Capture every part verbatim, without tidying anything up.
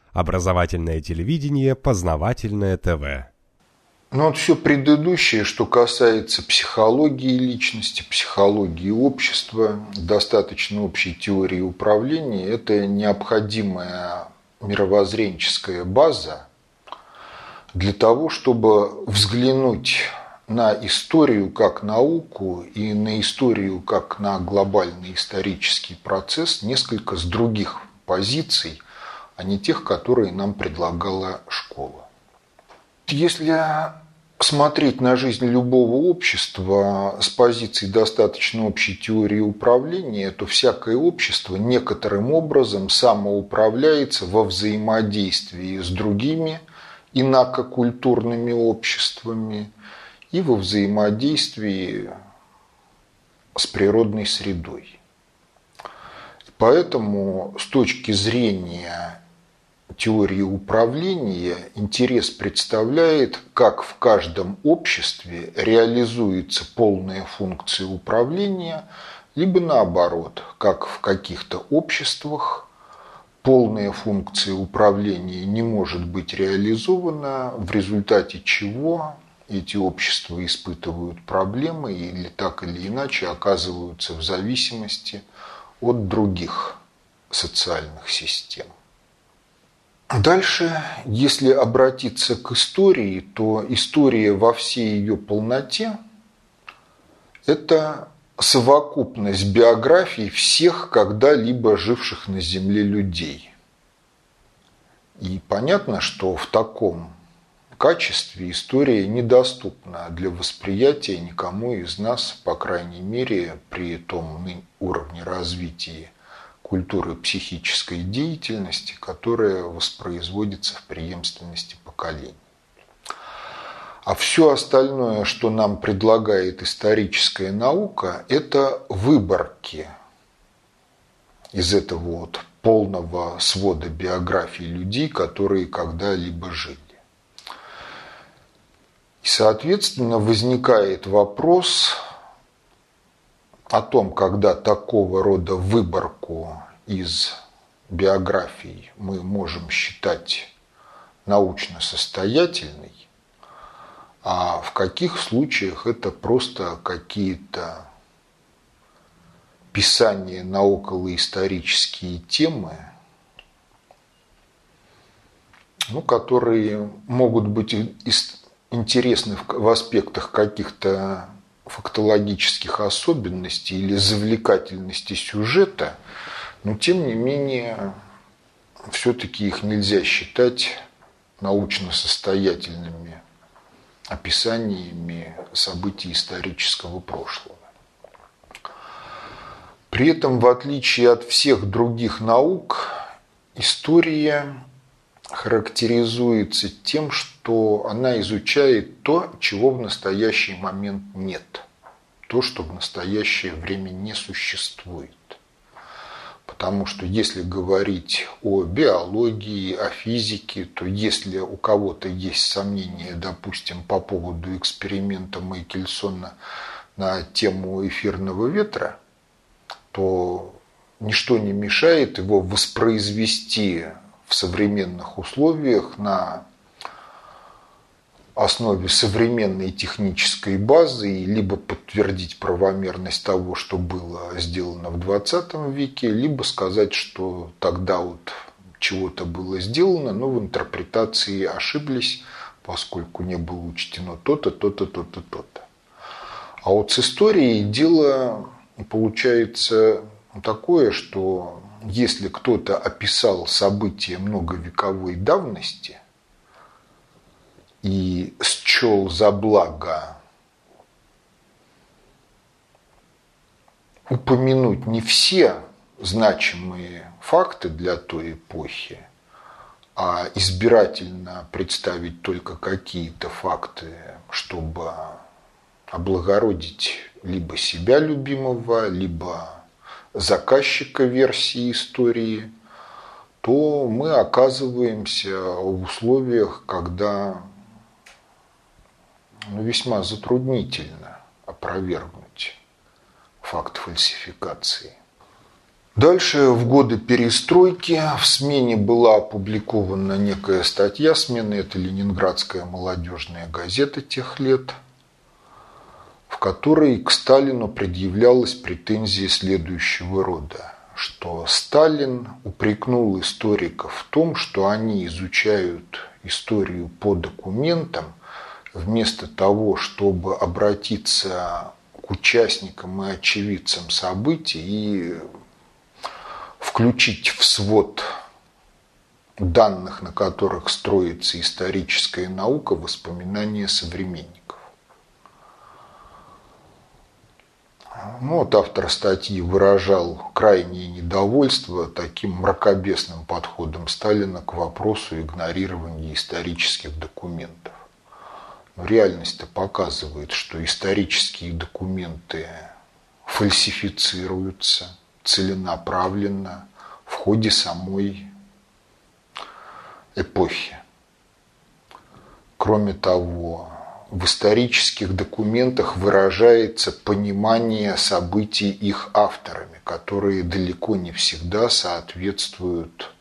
Образовательное телевидение, познавательное ТВ. Но вот все предыдущее, что касается психологии личности, психологии общества, достаточно общей теории управления, это необходимая мировоззренческая база для того, чтобы взглянуть на историю как науку и на историю как на глобальный исторический процесс несколько с других позиций, а не тех, которые нам предлагала школа. Если смотреть на жизнь любого общества с позиции достаточно общей теории управления, то всякое общество некоторым образом самоуправляется во взаимодействии с другими инакокультурными обществами и во взаимодействии с природной средой. Поэтому с точки зрения теории управления интерес представляет, как в каждом обществе реализуется полная функция управления, либо наоборот, как в каких-то обществах полная функция управления не может быть реализована, в результате чего эти общества испытывают проблемы или так или иначе оказываются в зависимости от других социальных систем. Дальше, если обратиться к истории, то история во всей ее полноте – это совокупность биографий всех когда-либо живших на Земле людей. И понятно, что в таком качестве история недоступна для восприятия никому из нас, по крайней мере, при том уровне развития культуры психической деятельности, которая воспроизводится в преемственности поколений. А все остальное, что нам предлагает историческая наука, это выборки из этого вот полного свода биографий людей, которые когда-либо жили. И, соответственно, возникает вопрос о том, когда такого рода выборку из биографий мы можем считать научно состоятельной, а в каких случаях это просто какие-то писания на околоисторические темы, ну, которые могут быть интересны в аспектах каких-то фактологических особенностей или завлекательности сюжета, но тем не менее все-таки их нельзя считать научно состоятельными описаниями событий исторического прошлого. При этом, в отличие от всех других наук, история характеризуется тем, что она изучает то, чего в настоящий момент нет, то, что в настоящее время не существует. Потому что если говорить о биологии, о физике, то если у кого-то есть сомнения, допустим, по поводу эксперимента Микельсона на тему эфирного ветра, то ничто не мешает его воспроизвести в современных условиях на основе современной технической базы, либо подтвердить правомерность того, что было сделано в двадцатом веке, либо сказать, что тогда вот чего-то было сделано, но в интерпретации ошиблись, поскольку не было учтено то-то, то-то, то-то, то-то. А вот с историей дело получается такое, что если кто-то описал события многовековой давности и счел за благо упомянуть не все значимые факты для той эпохи, а избирательно представить только какие-то факты, чтобы облагородить либо себя любимого, либо заказчика версии истории, то мы оказываемся в условиях, когда ну, весьма затруднительно опровергнуть факт фальсификации. Дальше, в годы перестройки, в СМИ была опубликована некая статья «Смены», это Ленинградская молодежная газета тех лет, в которой к Сталину предъявлялась претензия следующего рода, что Сталин упрекнул историков в том, что они изучают историю по документам, вместо того, чтобы обратиться к участникам и очевидцам событий и включить в свод данных, на которых строится историческая наука, воспоминания современников. Ну, вот автор статьи выражал крайнее недовольство таким мракобесным подходом Сталина к вопросу игнорирования исторических документов. Но реальность-то показывает, что исторические документы фальсифицируются целенаправленно в ходе самой эпохи. Кроме того, в исторических документах выражается понимание событий их авторами, которые далеко не всегда соответствуют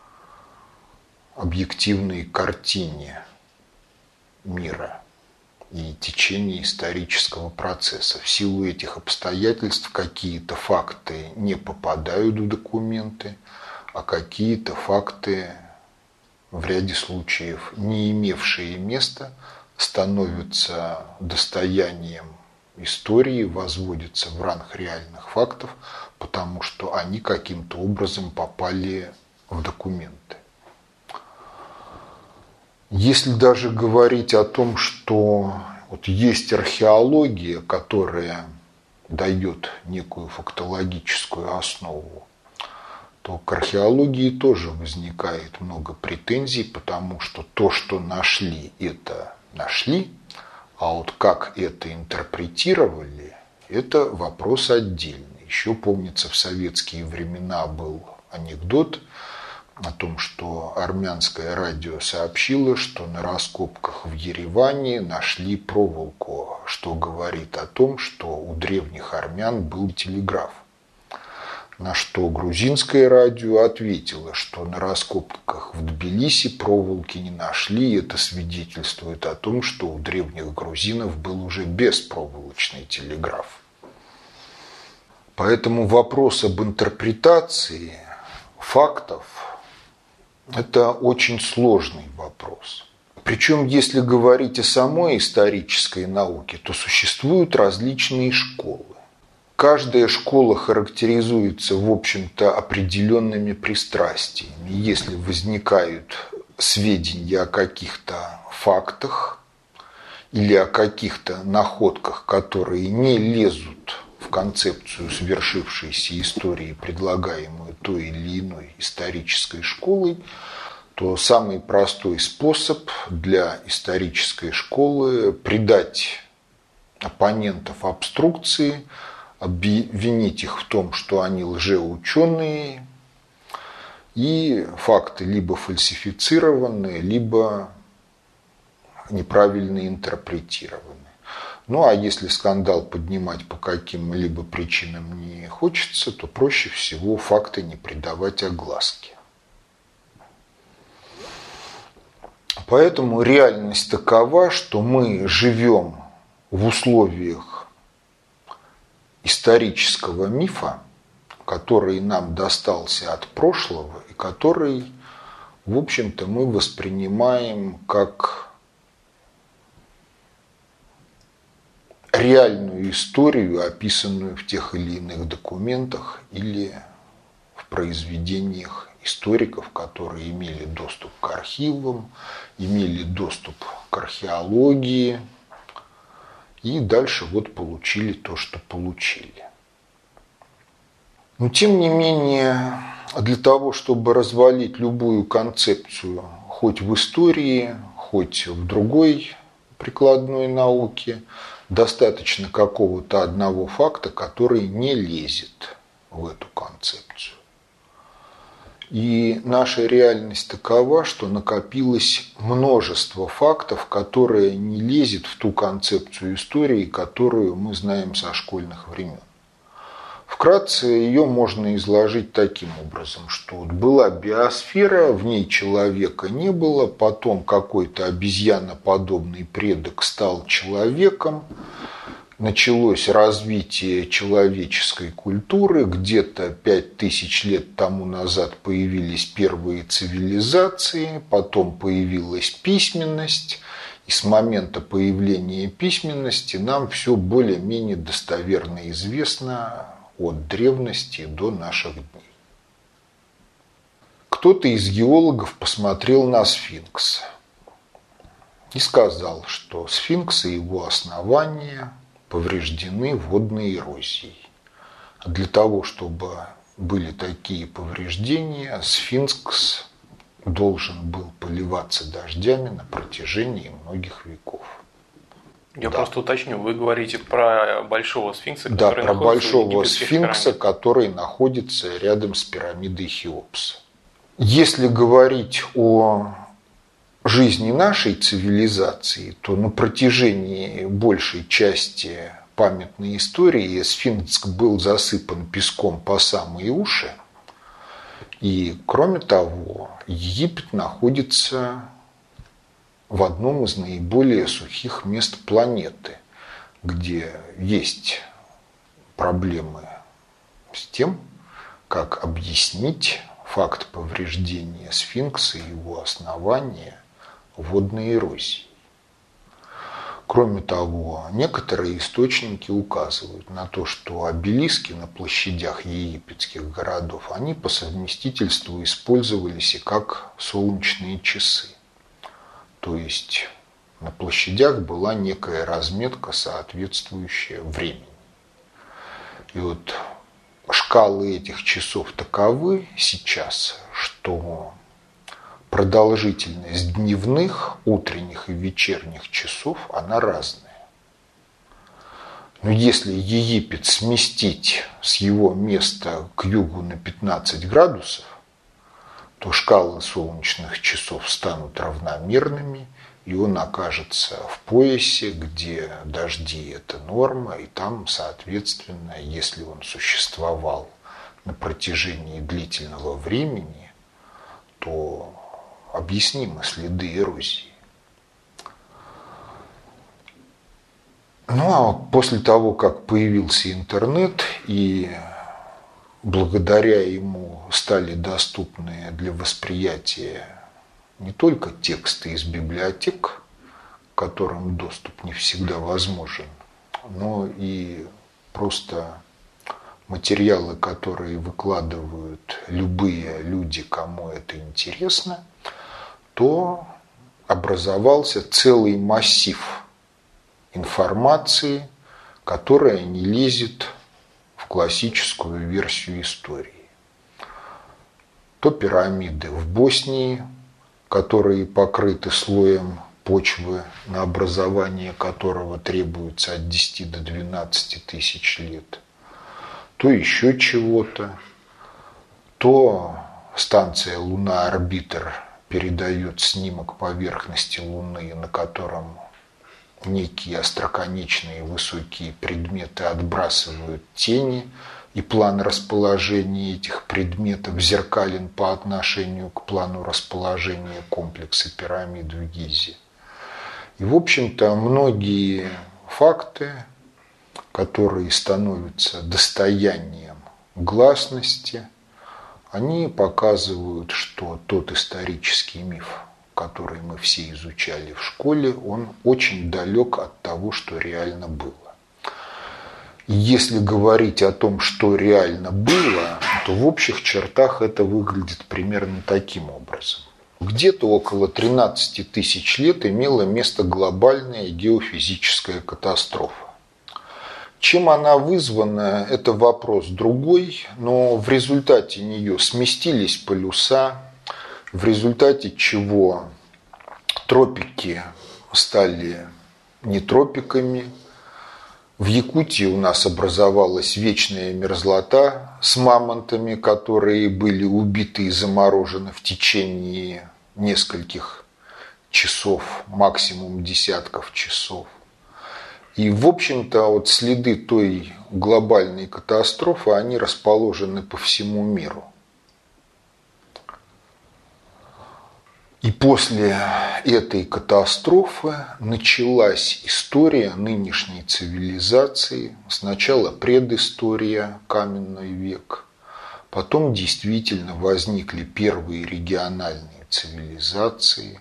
объективной картине мира и течения исторического процесса. В силу этих обстоятельств какие-то факты не попадают в документы, а какие-то факты, в ряде случаев не имевшие места, становятся достоянием истории, возводятся в ранг реальных фактов, потому что они каким-то образом попали в документы. Если даже говорить о том, что вот есть археология, которая дает некую фактологическую основу, то к археологии тоже возникает много претензий, потому что то, что нашли, это нашли, а вот как это интерпретировали, это вопрос отдельный. Еще, помнится, в советские времена был анекдот о том, что армянское радио сообщило, что на раскопках в Ереване нашли проволоку, что говорит о том, что у древних армян был телеграф. На что грузинское радио ответило, что на раскопках в Тбилиси проволоки не нашли, и это свидетельствует о том, что у древних грузинов был уже беспроволочный телеграф. Поэтому вопрос об интерпретации фактов – это очень сложный вопрос. Причем, если говорить о самой исторической науке, то существуют различные школы. Каждая школа характеризуется, в общем-то, определенными пристрастиями. Если возникают сведения о каких-то фактах или о каких-то находках, которые не лезут в концепцию свершившейся истории, предлагаемую той или иной исторической школой, то самый простой способ для исторической школы придать оппонентов обструкции, обвинить их в том, что они лжеученые, и факты либо фальсифицированы, либо неправильно интерпретированы. Ну а если скандал поднимать по каким-либо причинам не хочется, то проще всего факты не придавать огласке. Поэтому реальность такова, что мы живем в условиях исторического мифа, который нам достался от прошлого и который, в общем-то, мы воспринимаем как реальную историю, описанную в тех или иных документах или в произведениях историков, которые имели доступ к архивам, имели доступ к археологии и дальше вот получили то, что получили. Но тем не менее, для того, чтобы развалить любую концепцию, хоть в истории, хоть в другой прикладной науке, достаточно какого-то одного факта, который не лезет в эту концепцию. И наша реальность такова, что накопилось множество фактов, которые не лезет в ту концепцию истории, которую мы знаем со школьных времен. В Вкратце ее можно изложить таким образом, что вот была биосфера, в ней человека не было, потом какой-то обезьяноподобный предок стал человеком, началось развитие человеческой культуры, где-то пять тысяч лет тому назад появились первые цивилизации, потом появилась письменность, и с момента появления письменности нам все более-менее достоверно известно от древности до наших дней. Кто-то из геологов посмотрел на сфинкс и сказал, что сфинкс и его основания повреждены водной эрозией. А для того, чтобы были такие повреждения, сфинкс должен был поливаться дождями на протяжении многих веков. Я да. просто уточню, вы говорите про большого сфинкса, да, который про находится большого в сфинкса, пирамид. который находится рядом с пирамидой Хеопса. Если говорить о жизни нашей цивилизации, то на протяжении большей части памятной истории сфинкс был засыпан песком по самые уши. И, кроме того, Египет находится в одном из наиболее сухих мест планеты, где есть проблемы с тем, как объяснить факт повреждения сфинкса и его основания водной эрозией. Кроме того, некоторые источники указывают на то, что обелиски на площадях египетских городов, они по совместительству использовались и как солнечные часы. То есть на площадях была некая разметка, соответствующая времени. И вот шкалы этих часов таковы сейчас, что продолжительность дневных, утренних и вечерних часов, она разная. Но если Египет сместить с его места к югу на пятнадцать градусов, то шкалы солнечных часов станут равномерными, и он окажется в поясе, где дожди – это норма, и там, соответственно, если он существовал на протяжении длительного времени, то объяснимы следы эрозии. Ну а после того, как появился интернет и благодаря ему стали доступны для восприятия не только тексты из библиотек, к которым доступ не всегда возможен, но и просто материалы, которые выкладывают любые люди, кому это интересно, то образовался целый массив информации, которая не лезет в классическую версию истории. То пирамиды в Боснии, которые покрыты слоем почвы, на образование которого требуется от десяти до двенадцати тысяч лет, то еще чего-то, то станция Луна-Орбитер передает снимок поверхности Луны, на котором некие остроконечные высокие предметы отбрасывают тени, и план расположения этих предметов зеркален по отношению к плану расположения комплекса пирамид в Гизе. И, в общем-то, многие факты, которые становятся достоянием гласности, они показывают, что тот исторический миф, который мы все изучали в школе, он очень далек от того, что реально было. Если говорить о том, что реально было, то в общих чертах это выглядит примерно таким образом. Где-то около тринадцати тысяч лет имела место глобальная геофизическая катастрофа. Чем она вызвана, это вопрос другой, но в результате нее сместились полюса, в результате чего тропики стали не тропиками. В Якутии у нас образовалась вечная мерзлота с мамонтами, которые были убиты и заморожены в течение нескольких часов, максимум десятков часов. И, в общем-то, вот следы той глобальной катастрофы, они расположены по всему миру. И после этой катастрофы началась история нынешней цивилизации. Сначала предыстория, каменный век. Потом действительно возникли первые региональные цивилизации.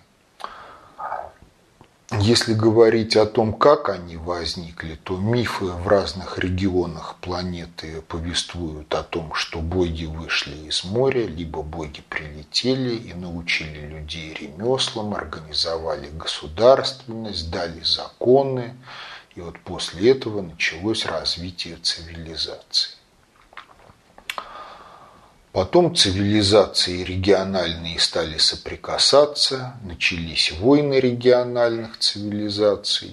Если говорить о том, как они возникли, то мифы в разных регионах планеты повествуют о том, что боги вышли из моря, либо боги прилетели и научили людей ремеслам, организовали государственность, дали законы. И вот после этого началось развитие цивилизации. Потом цивилизации региональные стали соприкасаться, начались войны региональных цивилизаций.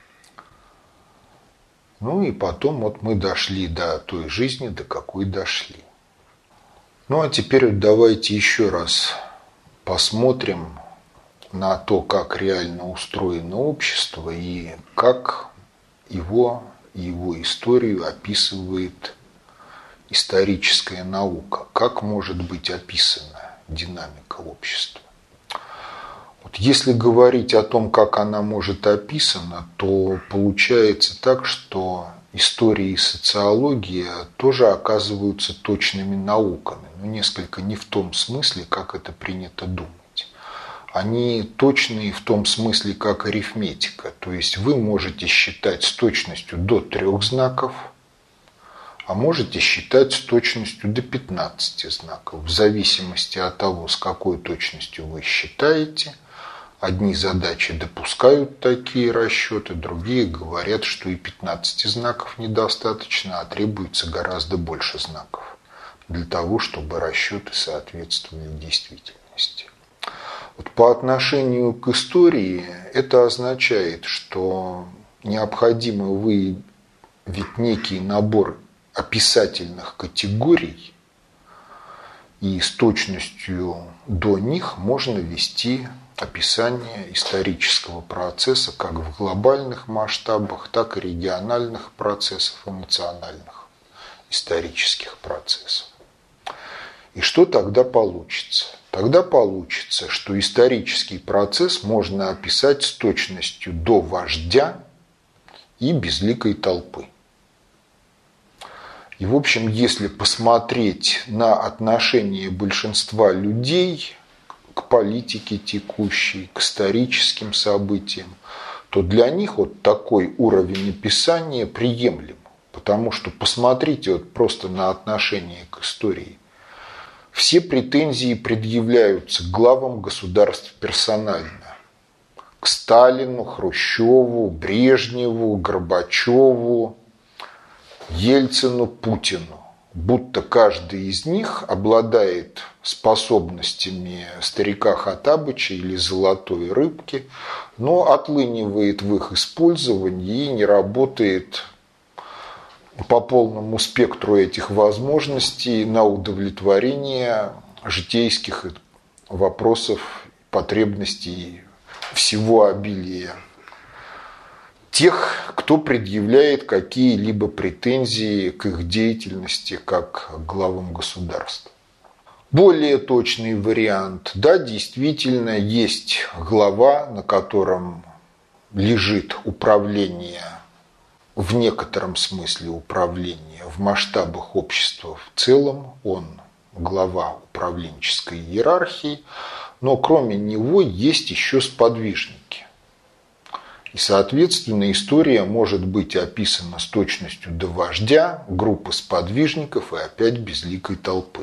Ну и потом вот мы дошли до той жизни, до какой дошли. Ну а теперь давайте еще раз посмотрим на то, как реально устроено общество и как его, его историю описывает историческая наука. Как может быть описана динамика общества? Вот если говорить о том, как она может описана, то получается так, что история и социология тоже оказываются точными науками, но несколько не в том смысле, как это принято думать. Они точные в том смысле, как арифметика. То есть вы можете считать с точностью до трех знаков, а можете считать с точностью до пятнадцати знаков, в зависимости от того, с какой точностью вы считаете. Одни задачи допускают такие расчеты, другие говорят, что и пятнадцати знаков недостаточно, а требуется гораздо больше знаков для того, чтобы расчеты соответствовали действительности. Вот по отношению к истории это означает, что необходимо выявить некий набор описательных категорий, и с точностью до них можно вести описание исторического процесса как в глобальных масштабах, так и региональных процессов и национальных исторических процессов. И что тогда получится? Тогда получится, что исторический процесс можно описать с точностью до вождя и безликой толпы. И, в общем, если посмотреть на отношение большинства людей к политике текущей, к историческим событиям, то для них вот такой уровень описания приемлем. Потому что посмотрите вот просто на отношение к истории. Все претензии предъявляются к главам государств персонально. К Сталину, Хрущеву, Брежневу, Горбачеву, Ельцину, Путину, будто каждый из них обладает способностями старика Хоттабыча или золотой рыбки, но отлынивает в их использовании и не работает по полному спектру этих возможностей на удовлетворение житейских вопросов, потребностей всего обилия тех, кто предъявляет какие-либо претензии к их деятельности как к главам государств. Более точный вариант. Да, действительно, есть глава, на котором лежит управление, в некотором смысле управление в масштабах общества в целом. Он глава управленческой иерархии, но кроме него есть еще сподвижники. И, соответственно, история может быть описана с точностью до вождя, группы сподвижников и опять безликой толпы.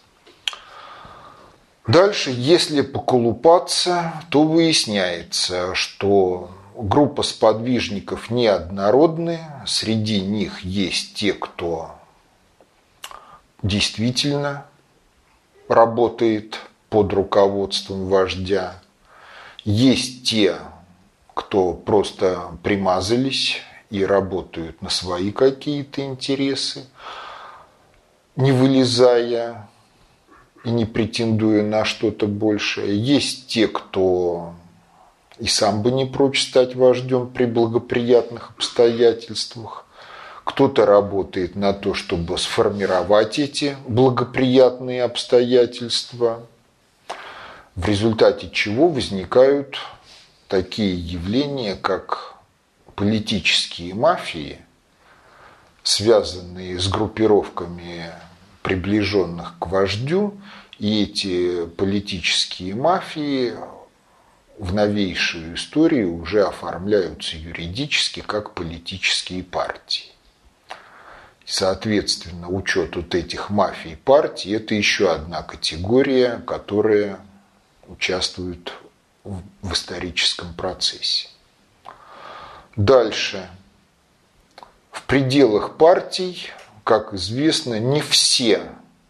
Дальше, если поколупаться, то выясняется, что группа сподвижников неоднородная, среди них есть те, кто действительно работает под руководством вождя, есть те, кто просто примазались и работают на свои какие-то интересы, не вылезая и не претендуя на что-то большее. Есть те, кто и сам бы не прочь стать вождем при благоприятных обстоятельствах. Кто-то работает на то, чтобы сформировать эти благоприятные обстоятельства, в результате чего возникают такие явления, как политические мафии, связанные с группировками, приближенных к вождю, и эти политические мафии в новейшую историю уже оформляются юридически как политические партии. Соответственно, учет вот этих мафий партий – это еще одна категория, которая участвует в историческом процессе. Дальше. В пределах партий, как известно, не все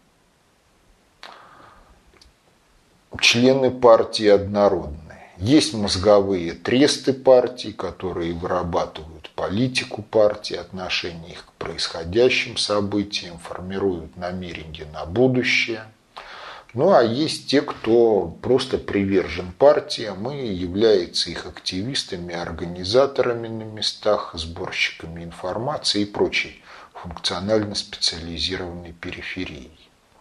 члены партии однородны. Есть мозговые тресты партий, которые вырабатывают политику партии, отношение их к происходящим событиям, формируют намерения на будущее. Ну, а есть те, кто просто привержен партиям и является их активистами, организаторами на местах, сборщиками информации и прочей функционально специализированной периферией.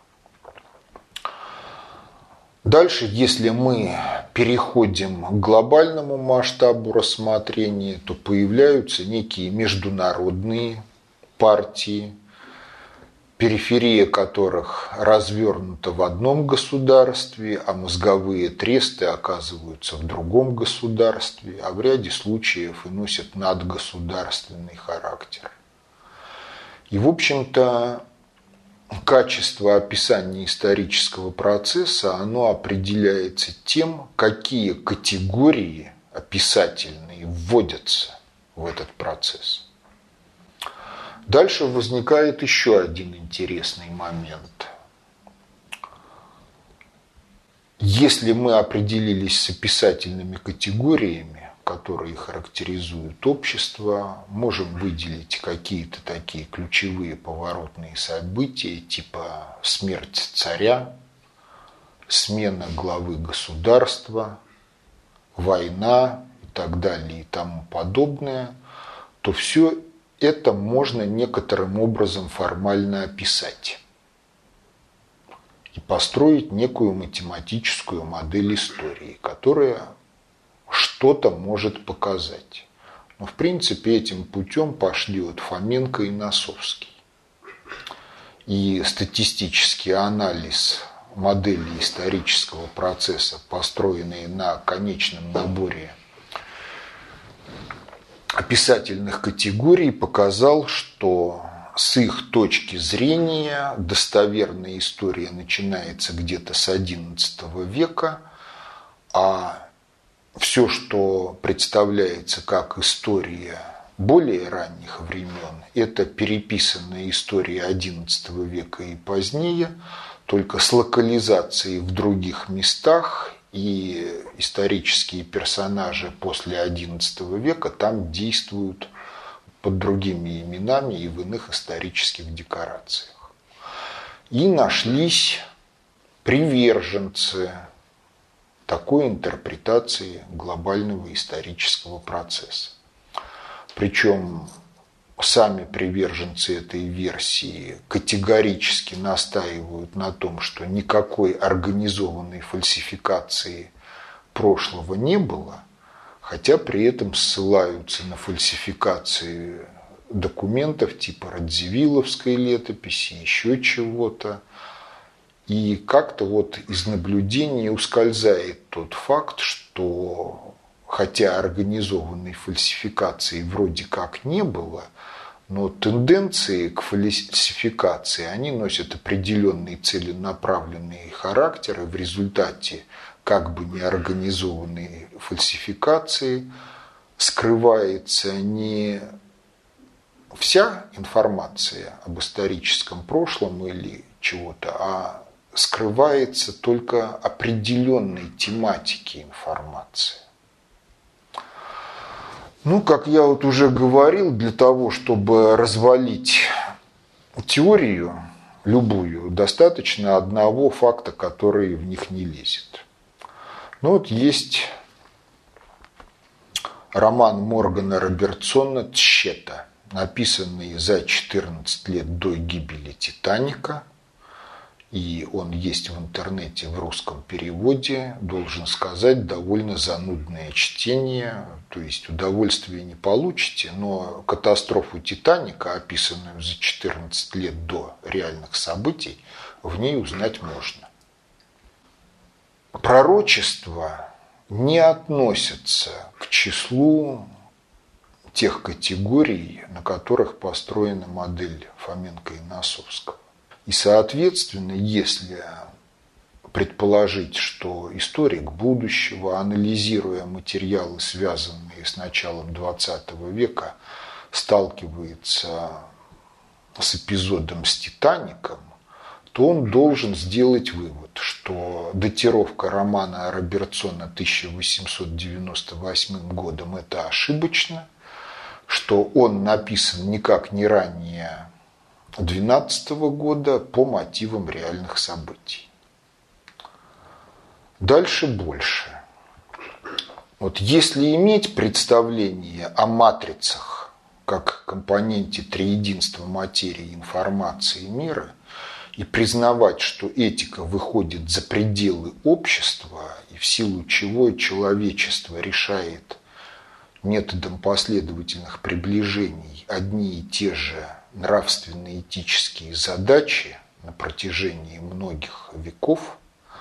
Дальше, если мы переходим к глобальному масштабу рассмотрения, то появляются некие международные партии, периферия которых развернута в одном государстве, а мозговые тресты оказываются в другом государстве, а в ряде случаев и носят надгосударственный характер. И, в общем-то, качество описания исторического процесса, оно определяется тем, какие категории описательные вводятся в этот процесс. Дальше возникает еще один интересный момент. Если мы определились с описательными категориями, которые характеризуют общество, можем выделить какие-то такие ключевые поворотные события, типа смерть царя, смена главы государства, война и так далее и тому подобное, то все это можно некоторым образом формально описать и построить некую математическую модель истории, которая что-то может показать. Но в принципе этим путем пошли вот Фоменко и Носовский. И статистический анализ модели исторического процесса, построенные на конечном наборе описательных категорий, показал, что с их точки зрения достоверная история начинается где-то с одиннадцатого века, а все, что представляется как история более ранних времен, это переписанная история одиннадцатого века и позднее, только с локализацией в других местах, и исторические персонажи после одиннадцатого века там действуют под другими именами и в иных исторических декорациях. И нашлись приверженцы такой интерпретации глобального исторического процесса. Причем сами приверженцы этой версии категорически настаивают на том, что никакой организованной фальсификации прошлого не было, хотя при этом ссылаются на фальсификации документов типа Радзивилловской летописи, еще чего-то. И как-то вот из наблюдений ускользает тот факт, что хотя организованной фальсификации вроде как не было, но тенденции к фальсификации, они носят определенный целенаправленный характер, и в результате как бы неорганизованной фальсификации скрывается не вся информация об историческом прошлом или чего-то, а скрывается только определенной тематики информации. Ну, как я вот уже говорил, для того, чтобы развалить теорию любую, достаточно одного факта, который в них не лезет. Ну, вот есть роман Моргана Робертсона «Тщета», написанный за четырнадцать лет до гибели «Титаника». И он есть в интернете в русском переводе. Должен сказать, довольно занудное чтение. То есть удовольствия не получите, но катастрофу «Титаника», описанную за четырнадцать лет до реальных событий, в ней узнать можно. Пророчества не относятся к числу тех категорий, на которых построена модель Фоменко и Носовского. И, соответственно, если предположить, что историк будущего, анализируя материалы, связанные с началом двадцатого века, сталкивается с эпизодом с «Титаником», то он должен сделать вывод, что датировка романа Робертсона тысяча восемьсот девяносто восьмым годом – это ошибочно, что он написан никак не ранее двенадцатого года по мотивам реальных событий. Дальше больше. Вот если иметь представление о матрицах как компоненте триединства материи, информации и мира, и признавать, что этика выходит за пределы общества, и в силу чего человечество решает методом последовательных приближений одни и те же нравственно-этические задачи на протяжении многих веков,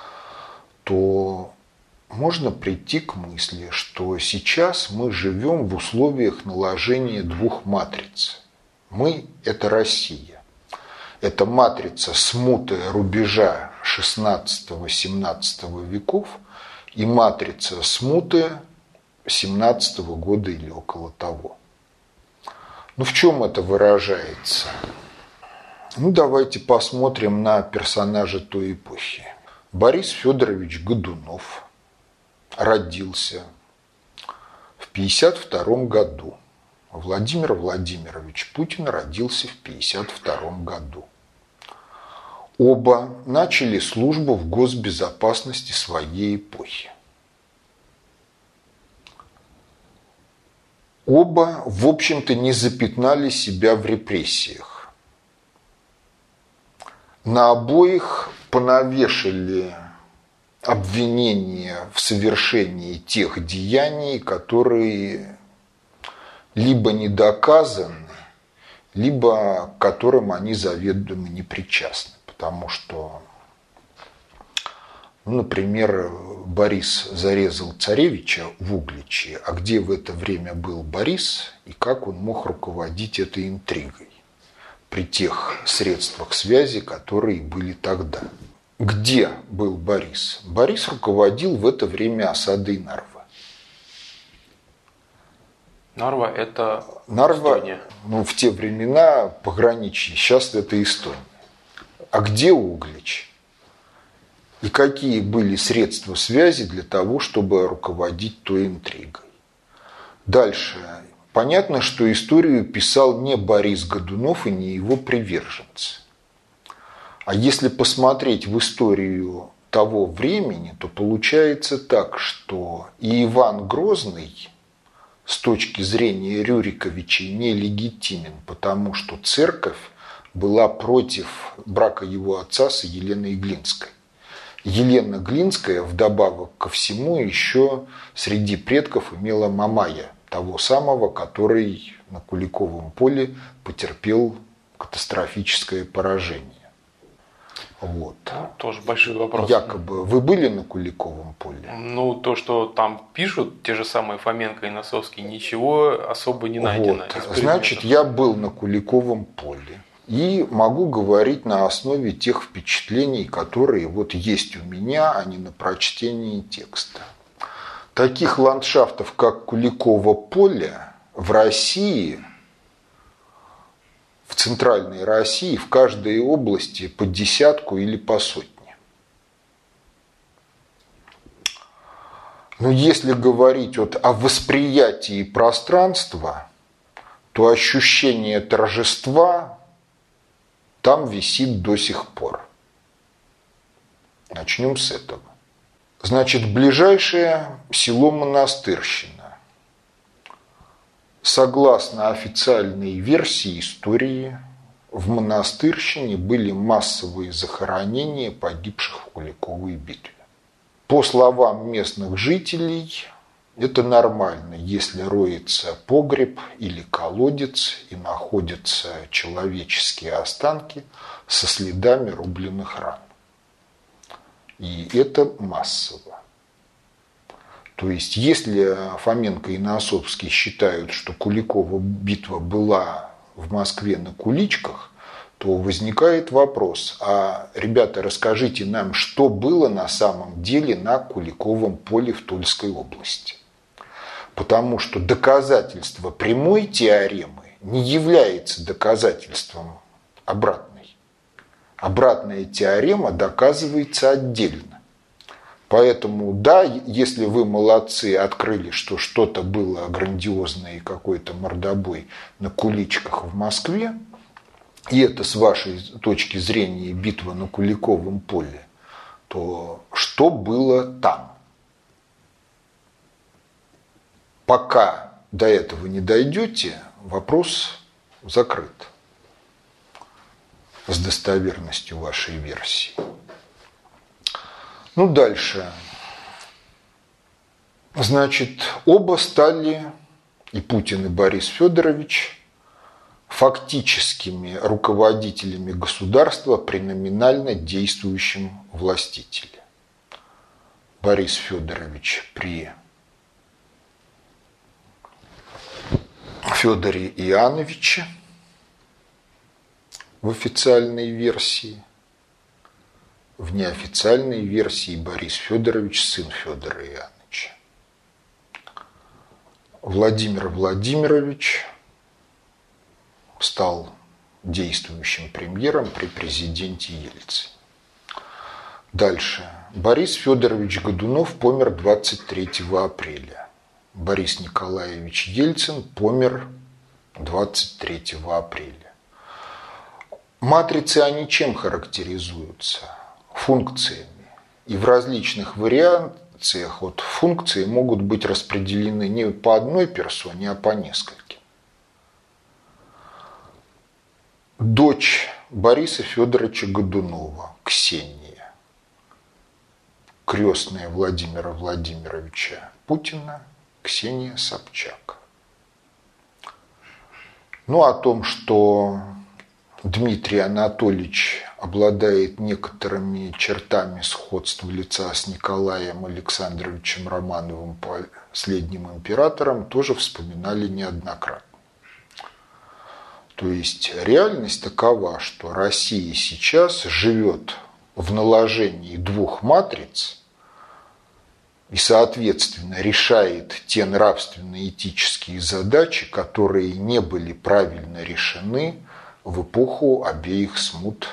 то можно прийти к мысли, что сейчас мы живем в условиях наложения двух матриц. Мы – это Россия. Это матрица смуты рубежа шестнадцатого-семнадцатого веков и матрица смуты семнадцатого года или около того. Ну, в чем это выражается? Ну, давайте посмотрим на персонажа той эпохи. Борис Федорович Годунов родился в пятьдесят втором году. Владимир Владимирович Путин родился в пятьдесят втором году. Оба начали службу в госбезопасности своей эпохи. Оба, в общем-то, не запятнали себя в репрессиях. На обоих понавешали обвинения в совершении тех деяний, которые либо не доказаны, либо к которым они заведомо не причастны. Потому что, ну, например, Борис зарезал царевича в Угличе, а где в это время был Борис и как он мог руководить этой интригой при тех средствах связи, которые были тогда. Где был Борис? Борис руководил в это время осадой Нарвы. Нарва – это Нарва, Эстония. Ну, в те времена пограничье, сейчас это Эстония. А где Углич? И какие были средства связи для того, чтобы руководить той интригой? Дальше. Понятно, что историю писал не Борис Годунов и не его приверженцы. А если посмотреть в историю того времени, то получается так, что и Иван Грозный с точки зрения Рюриковичей нелегитимен, потому что церковь была против брака его отца с Еленой Глинской. Елена Глинская, вдобавок ко всему, еще среди предков имела Мамая, того самого, который на Куликовом поле потерпел катастрофическое поражение. Вот. Тоже большой вопрос. Якобы вы были на Куликовом поле? Ну, то, что там пишут, те же самые Фоменко и Носовский, ничего особо не найдено. Вот. Значит, я был на Куликовом поле. И могу говорить на основе тех впечатлений, которые вот есть у меня, а не на прочтении текста. Таких ландшафтов, как Куликово поле, в России, в центральной России, в каждой области по десятку или по сотне. Но если говорить вот о восприятии пространства, то ощущение торжества там висит до сих пор. Начнем с этого. Значит, ближайшее село Монастырщина. согласно официальной версии истории, в Монастырщине были массовые захоронения погибших в Куликовой битве. По словам местных жителей, это нормально, если роется погреб или колодец и находятся человеческие останки со следами рубленых ран. И это массово. То есть, если Фоменко и Носовский считают, что Куликова битва была в Москве на куличках, то возникает вопрос: а, ребята, расскажите нам, что было на самом деле на Куликовом поле в Тульской области. Потому что доказательство прямой теоремы не является доказательством обратной. Обратная теорема доказывается отдельно. Поэтому, да, если вы молодцы, открыли, что что-то было грандиозное и какой-то мордобой на куличках в Москве, и это с вашей точки зрения битва на Куликовом поле, то что было там? Пока до этого не дойдете, вопрос закрыт с достоверностью вашей версии. Ну, дальше. Значит, оба стали, и Путин, и Борис Федорович, фактическими руководителями государства при номинально действующем властителе. Борис Федорович при Федоре Иоанновиче в официальной версии, в неофициальной версии Борис Федорович, сын Федора Иоанновича. Владимир Владимирович стал действующим премьером при президенте Ельцине. Дальше. Борис Федорович Годунов помер двадцать третьего апреля. Борис Николаевич Ельцин помер двадцать третьего апреля. Матрицы, они чем характеризуются? Функциями. И в различных вариациях вот функции могут быть распределены не по одной персоне, а по нескольким. Дочь Бориса Федоровича Годунова, Ксения, крестная Владимира Владимировича Путина, Ксения Собчак. Ну, о том, что Дмитрий Анатольевич обладает некоторыми чертами сходства лица с Николаем Александровичем Романовым, последним императором, тоже вспоминали неоднократно. То есть реальность такова, что Россия сейчас живет в наложении двух матриц и, соответственно, решает те нравственно-этические задачи, которые не были правильно решены в эпоху обеих смут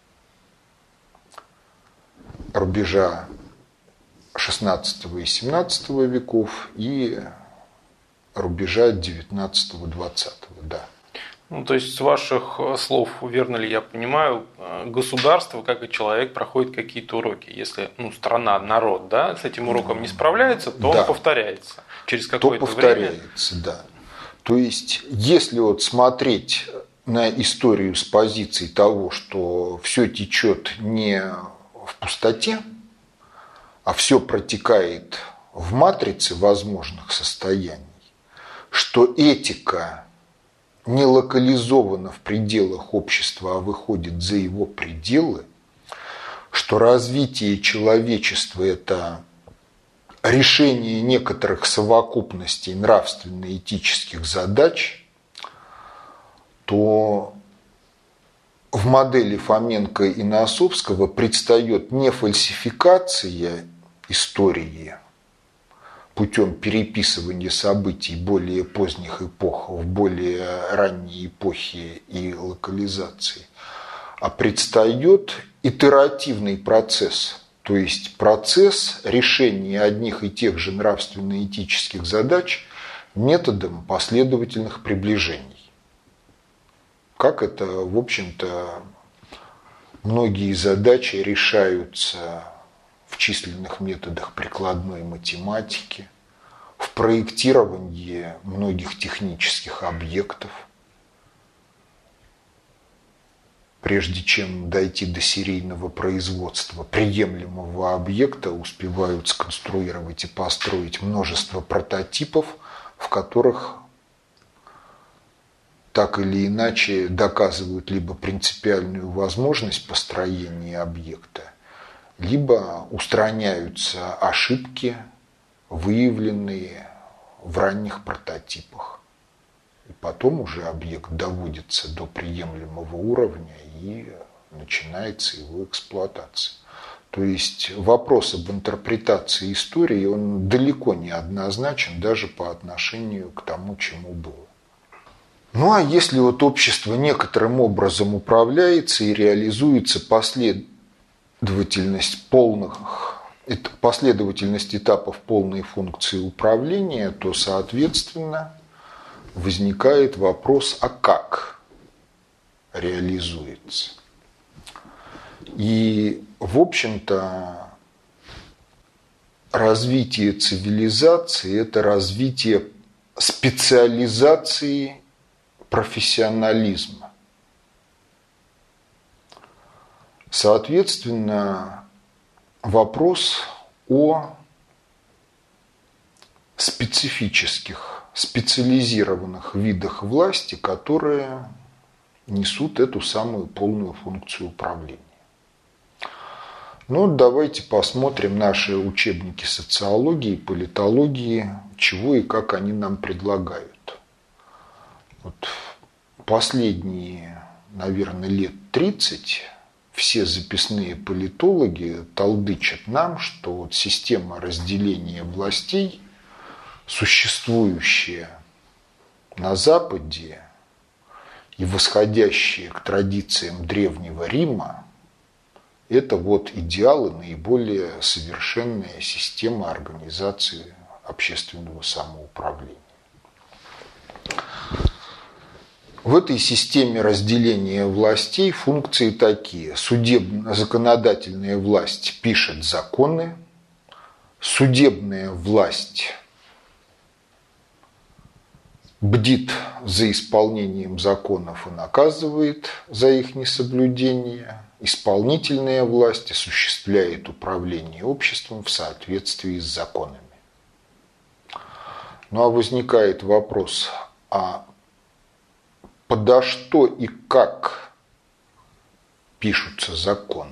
рубежа шестнадцатого и семнадцатого веков и рубежа девятнадцатого-двадцатого. Да. Ну, то есть, с ваших слов, верно ли я понимаю, государство, как и человек, проходит какие-то уроки. Если ну, страна, народ, да, с этим уроком не справляется, то да. он повторяется через какое-то то повторяется, время. Да. То есть, если вот смотреть на историю с позиции того, что все течет не в пустоте, а все протекает в матрице возможных состояний, что этика не локализована в пределах общества, а выходит за его пределы, что развитие человечества – это решение некоторых совокупностей нравственно-этических задач, то в модели Фоменко и Носовского предстает не фальсификация истории путем переписывания событий более поздних эпох в более ранние эпохи и локализации, а предстает итеративный процесс, то есть процесс решения одних и тех же нравственно-этических задач методом последовательных приближений. Как это, в общем-то, многие задачи решаются в численных методах прикладной математики, в проектировании многих технических объектов. Прежде чем дойти до серийного производства приемлемого объекта, успевают сконструировать и построить множество прототипов, в которых так или иначе доказывают либо принципиальную возможность построения объекта, либо устраняются ошибки, выявленные в ранних прототипах. И потом уже объект доводится до приемлемого уровня и начинается его эксплуатация. То есть вопрос об интерпретации истории, он далеко не однозначен даже по отношению к тому, чему было. Ну а если вот общество некоторым образом управляется и реализуется последовательность полных, последовательность этапов полной функции управления, то, соответственно, возникает вопрос, а как реализуется. И, в общем-то, развитие цивилизации – это развитие специализации профессионализма. Соответственно, вопрос о специфических, специализированных видах власти, которые несут эту самую полную функцию управления. Ну, давайте посмотрим наши учебники социологии, политологии, чего и как они нам предлагают. Вот последние, наверное, лет тридцать все записные политологи толдычат нам, что вот система разделения властей, существующая на Западе и восходящая к традициям Древнего Рима, это вот идеалы наиболее совершенная система организации общественного самоуправления. В этой системе разделения властей функции такие. Судебная, законодательная власть пишет законы, судебная власть бдит за исполнением законов и наказывает за их несоблюдение. Исполнительная власть осуществляет управление обществом в соответствии с законами. Ну а возникает вопрос, а подо что и как пишутся законы?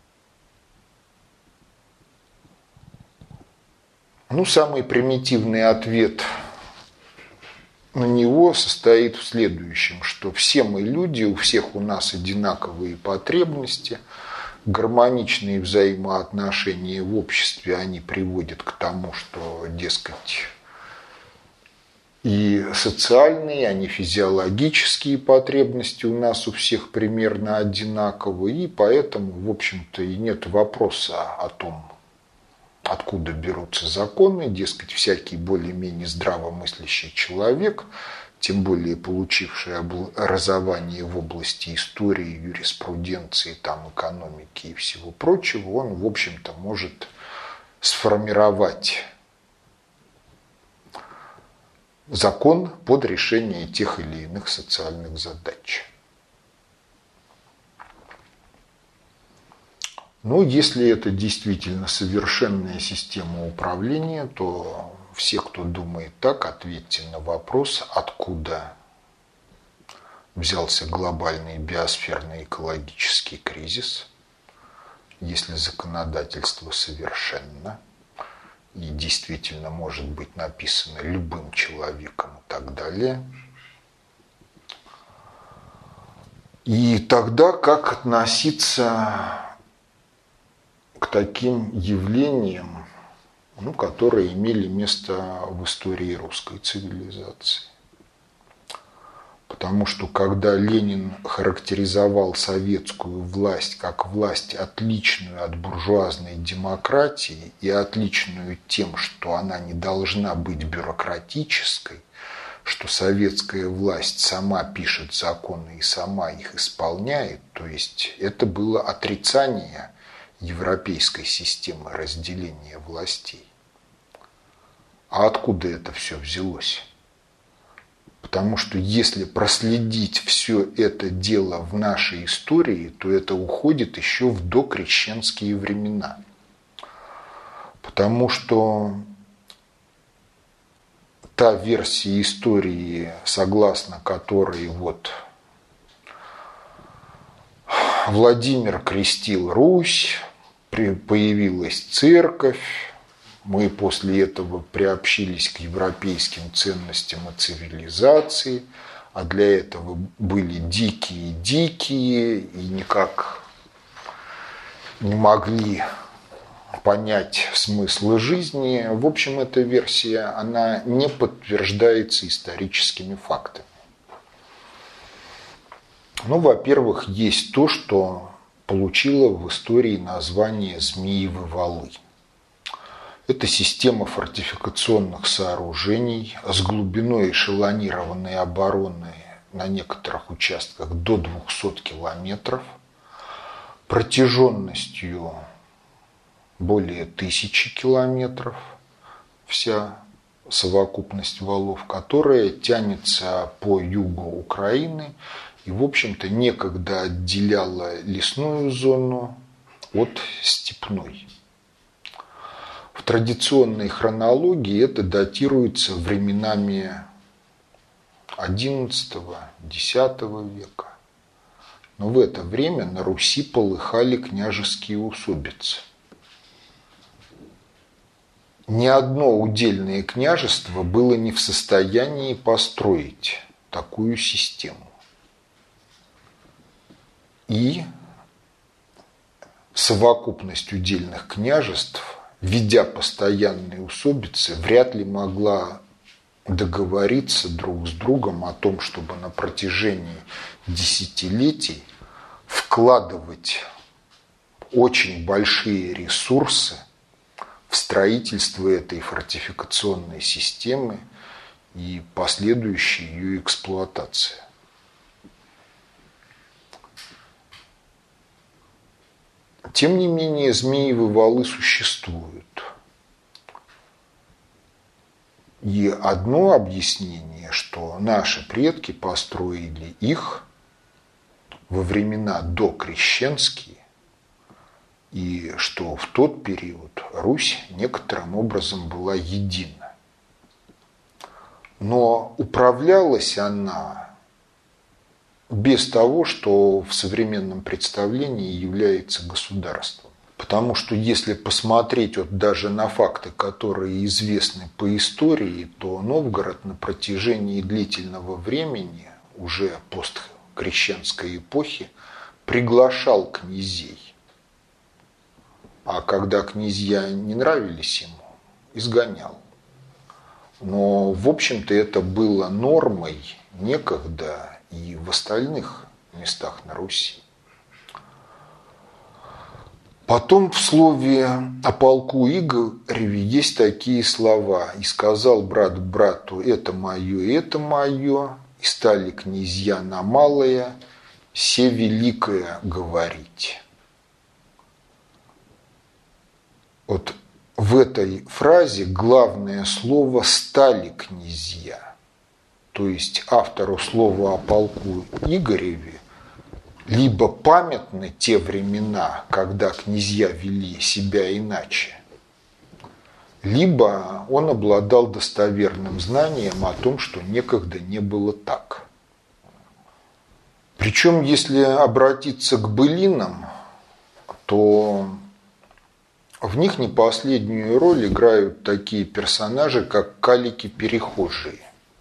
Ну, самый примитивный ответ на него состоит в следующем, что все мы люди, у всех у нас одинаковые потребности, гармоничные взаимоотношения в обществе, они приводят к тому, что, дескать, и социальные, они физиологические потребности у нас у всех примерно одинаковые, и поэтому, в общем-то, и нет вопроса о том, откуда берутся законы, дескать, всякий более-менее здравомыслящий человек, тем более получивший образование в области истории, юриспруденции, там, экономики и всего прочего, он, в общем-то, может сформировать закон под решение тех или иных социальных задач. Ну, если это действительно совершенная система управления, то все, кто думает так, ответьте на вопрос, откуда взялся глобальный биосферный экологический кризис, если законодательство совершенно и действительно может быть написано любым человеком и так далее. И тогда как относиться к таким явлениям, ну, которые имели место в истории русской цивилизации? Потому что когда Ленин характеризовал советскую власть как власть, отличную от буржуазной демократии и отличную тем, что она не должна быть бюрократической, что советская власть сама пишет законы и сама их исполняет, то есть это было отрицание европейской системы разделения властей. А откуда это все взялось? Потому что если проследить все это дело в нашей истории, то это уходит еще в докрещенские времена. Потому что та версия истории, согласно которой вот Владимир крестил Русь, появилась церковь, мы после этого приобщились к европейским ценностям и цивилизации, а для этого были дикие-дикие и никак не могли понять смысл жизни. В общем, эта версия, она не подтверждается историческими фактами. Ну, во-первых, есть то, что получило в истории название Змеевы валы. Это система фортификационных сооружений с глубиной эшелонированной обороны на некоторых участках до двухсот километров, протяженностью более тысячи километров, вся совокупность валов, которая тянется по югу Украины и, в общем-то, некогда отделяла лесную зону от степной. В традиционной хронологии это датируется временами одиннадцатого-десятого века. Но в это время на Руси полыхали княжеские усобицы. Ни одно удельное княжество было не в состоянии построить такую систему. И совокупность удельных княжеств, ведя постоянные усобицы, вряд ли могла договориться друг с другом о том, чтобы на протяжении десятилетий вкладывать очень большие ресурсы в строительство этой фортификационной системы и последующей ее эксплуатации. Тем не менее, Змеевы валы существуют. И одно объяснение, что наши предки построили их во времена докрещенские, и что в тот период Русь некоторым образом была едина. Но управлялась она без того, что в современном представлении является государством. Потому что если посмотреть вот даже на факты, которые известны по истории, то Новгород на протяжении длительного времени, уже посткрещенской эпохи, приглашал князей. А когда князья не нравились ему, изгонял. Но, в общем-то, это было нормой некогда и в остальных местах на Руси. Потом в слове о полку Игореве есть такие слова. «И сказал брат брату, это мое, это мое, и стали князья на малое, се великое говорить». Вот в этой фразе главное слово «стали князья». То есть автору слова о полку Игореве либо памятны те времена, когда князья вели себя иначе, либо он обладал достоверным знанием о том, что некогда не было так. Причем, если обратиться к былинам, то в них не последнюю роль играют такие персонажи, как калики-перехожие.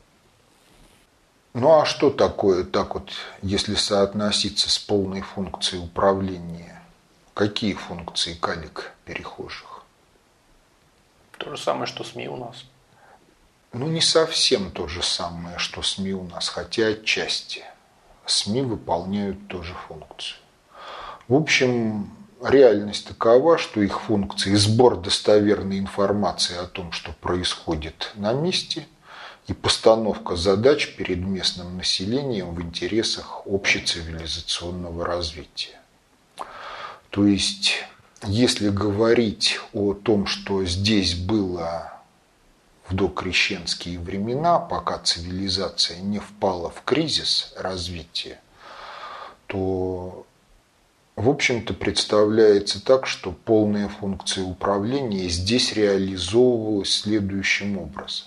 Ну а что такое так вот, если соотноситься с полной функцией управления? Какие функции калик перехожих? То же самое, что СМИ у нас. Ну не совсем то же самое, что СМИ у нас, хотя отчасти. СМИ выполняют тоже функцию. В общем, реальность такова, что их функции – сбор достоверной информации о том, что происходит на месте, и постановка задач перед местным населением в интересах общецивилизационного развития. То есть, если говорить о том, что здесь было в докрещенские времена, пока цивилизация не впала в кризис развития, то, в общем-то, представляется так, что полная функция управления здесь реализовывалась следующим образом.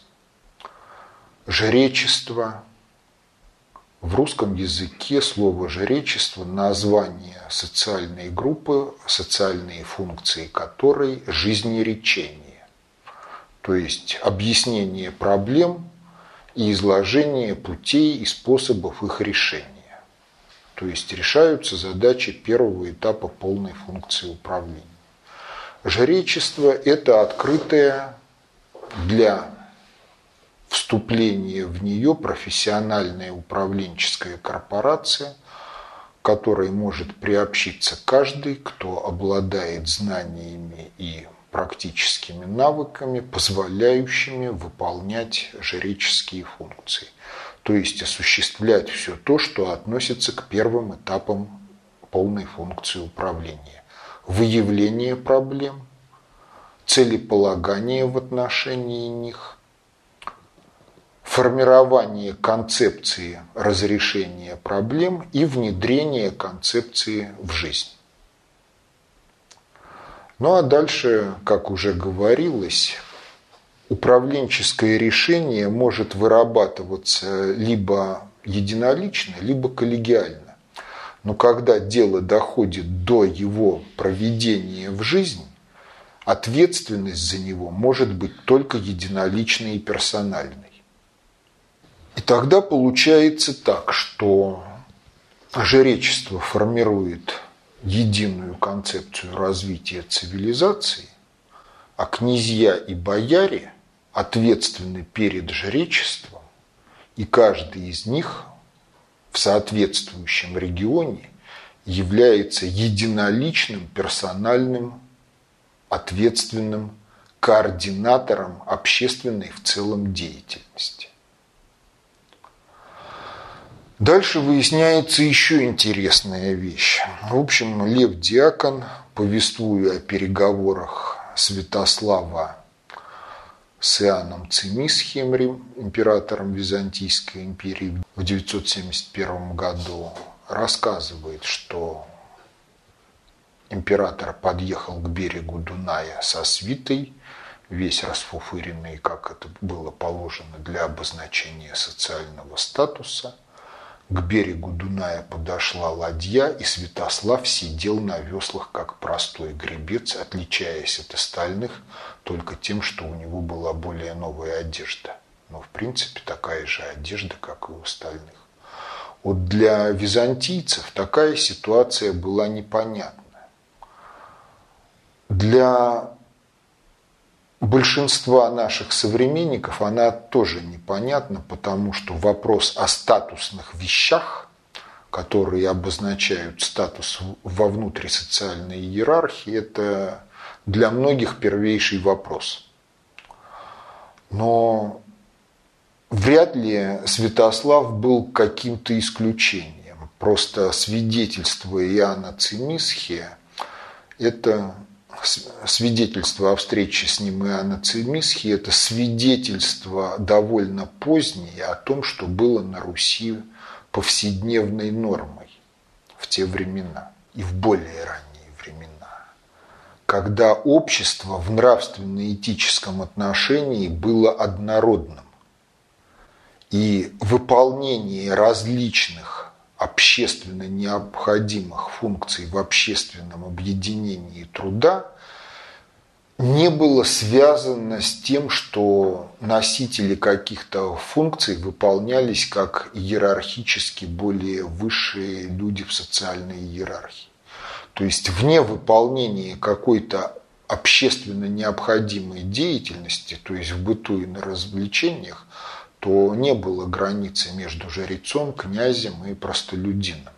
Жречество. В русском языке слово «жречество» – название социальной группы, социальные функции которой – жизнеречение, то есть объяснение проблем и изложение путей и способов их решения. То есть решаются задачи первого этапа полной функции управления. Жречество – это открытое для вступление в нее профессиональная управленческая корпорация, к которой может приобщиться каждый, кто обладает знаниями и практическими навыками, позволяющими выполнять жреческие функции, то есть осуществлять все то, что относится к первым этапам полной функции управления. Выявление проблем, целеполагание в отношении них, формирование концепции разрешения проблем и внедрение концепции в жизнь. Ну а дальше, как уже говорилось, управленческое решение может вырабатываться либо единолично, либо коллегиально. Но когда дело доходит до его проведения в жизнь, ответственность за него может быть только единоличной и персональной. И тогда получается так, что жречество формирует единую концепцию развития цивилизации, а князья и бояре ответственны перед жречеством, и каждый из них в соответствующем регионе является единоличным, персональным, ответственным координатором общественной в целом деятельности. Дальше выясняется еще интересная вещь. В общем, Лев Диакон, повествуя о переговорах Святослава с Иоанном Цимисхием, императором Византийской империи в девятьсот семьдесят первом году, рассказывает, что император подъехал к берегу Дуная со свитой, весь расфуфыренный, как это было положено для обозначения социального статуса. К берегу Дуная подошла ладья, и Святослав сидел на веслах, как простой гребец, отличаясь от остальных только тем, что у него была более новая одежда. Но, в принципе, такая же одежда, как и у остальных. Вот для византийцев такая ситуация была непонятна. Для большинства наших современников она тоже непонятна, потому что вопрос о статусных вещах, которые обозначают статус во внутрисоциальной иерархии, это для многих первейший вопрос. Но вряд ли Святослав был каким-то исключением. Просто свидетельство Иоанна Цимисхия – это свидетельство о встрече с ним Иоанна Цимисхи – это свидетельство довольно позднее о том, что было на Руси повседневной нормой в те времена и в более ранние времена, когда общество в нравственно-этическом отношении было однородным, и выполнение различных общественно необходимых функций в общественном объединении труда не было связано с тем, что носители каких-то функций выполнялись как иерархически более высшие люди в социальной иерархии. То есть вне выполнения какой-то общественно необходимой деятельности, то есть в быту и на развлечениях, то не было границы между жрецом, князем и простолюдином.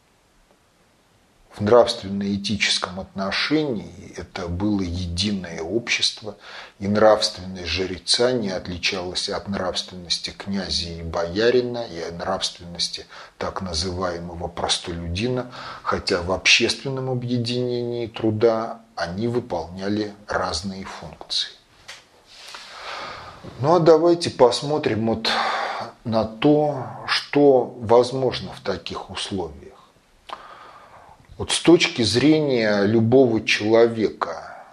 В нравственно-этическом отношении это было единое общество, и нравственность жреца не отличалась от нравственности князя и боярина, и от нравственности так называемого простолюдина, хотя в общественном объединении труда они выполняли разные функции. Ну а давайте посмотрим вот на то, что возможно в таких условиях. Вот с точки зрения любого человека,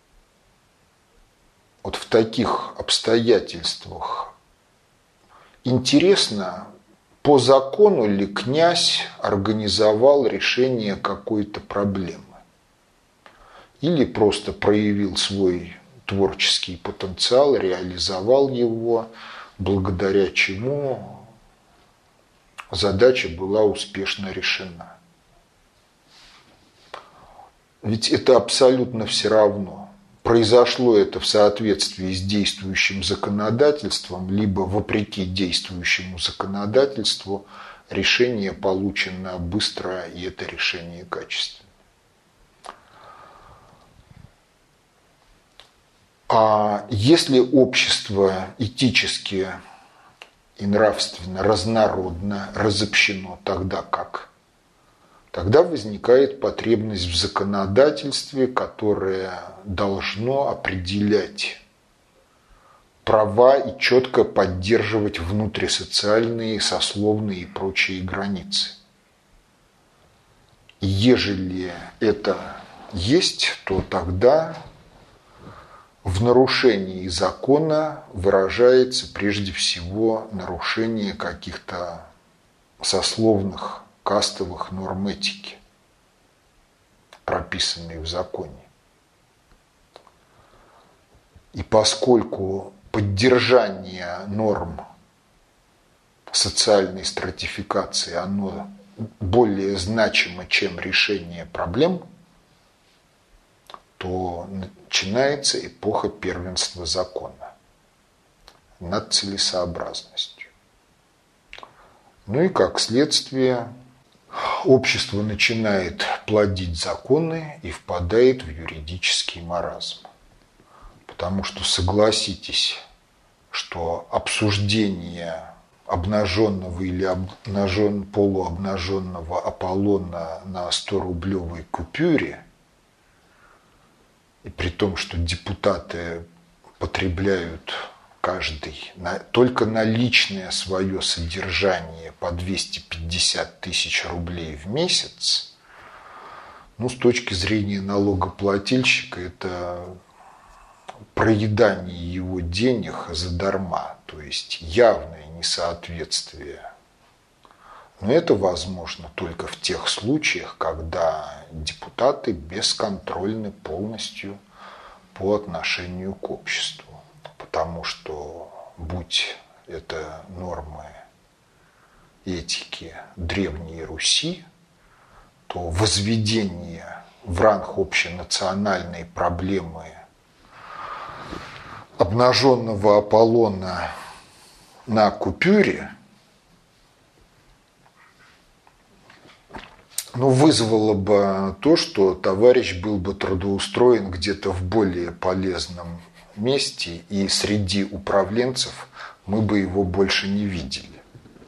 вот в таких обстоятельствах интересно, по закону ли князь организовал решение какой-то проблемы? Или просто проявил свой творческий потенциал, реализовал его, благодаря чему задача была успешно решена? Ведь это абсолютно все равно. Произошло это в соответствии с действующим законодательством, либо вопреки действующему законодательству, решение получено быстро, и это решение качественное. А если общество этически и нравственно разнородно, разобщено, тогда как? Тогда возникает потребность в законодательстве, которое должно определять права и четко поддерживать внутрисоциальные, сословные и прочие границы. И ежели это есть, то тогда в нарушении закона выражается прежде всего нарушение каких-то сословных, кастовых норм этики, прописанные в законе. И поскольку поддержание норм социальной стратификации, оно более значимо, чем решение проблем, то начинается эпоха первенства закона над целесообразностью. Ну и как следствие, общество начинает плодить законы и впадает в юридический маразм. Потому что, согласитесь, что обсуждение обнаженного или обнажен, полуобнаженного Аполлона на сто-рублевой купюре, и при том, что депутаты потребляют каждый на, только на личное свое содержание по двести пятьдесят тысяч рублей в месяц, ну, с точки зрения налогоплательщика, это проедание его денег задарма, то есть явное несоответствие. Но это возможно только в тех случаях, когда депутаты бесконтрольны полностью по отношению к обществу. Потому что, будь это нормы этики Древней Руси, то возведение в ранг общенациональной проблемы обнаженного Аполлона на купюре, ну, вызвало бы то, что товарищ был бы трудоустроен где-то в более полезном месте, и среди управленцев мы бы его больше не видели.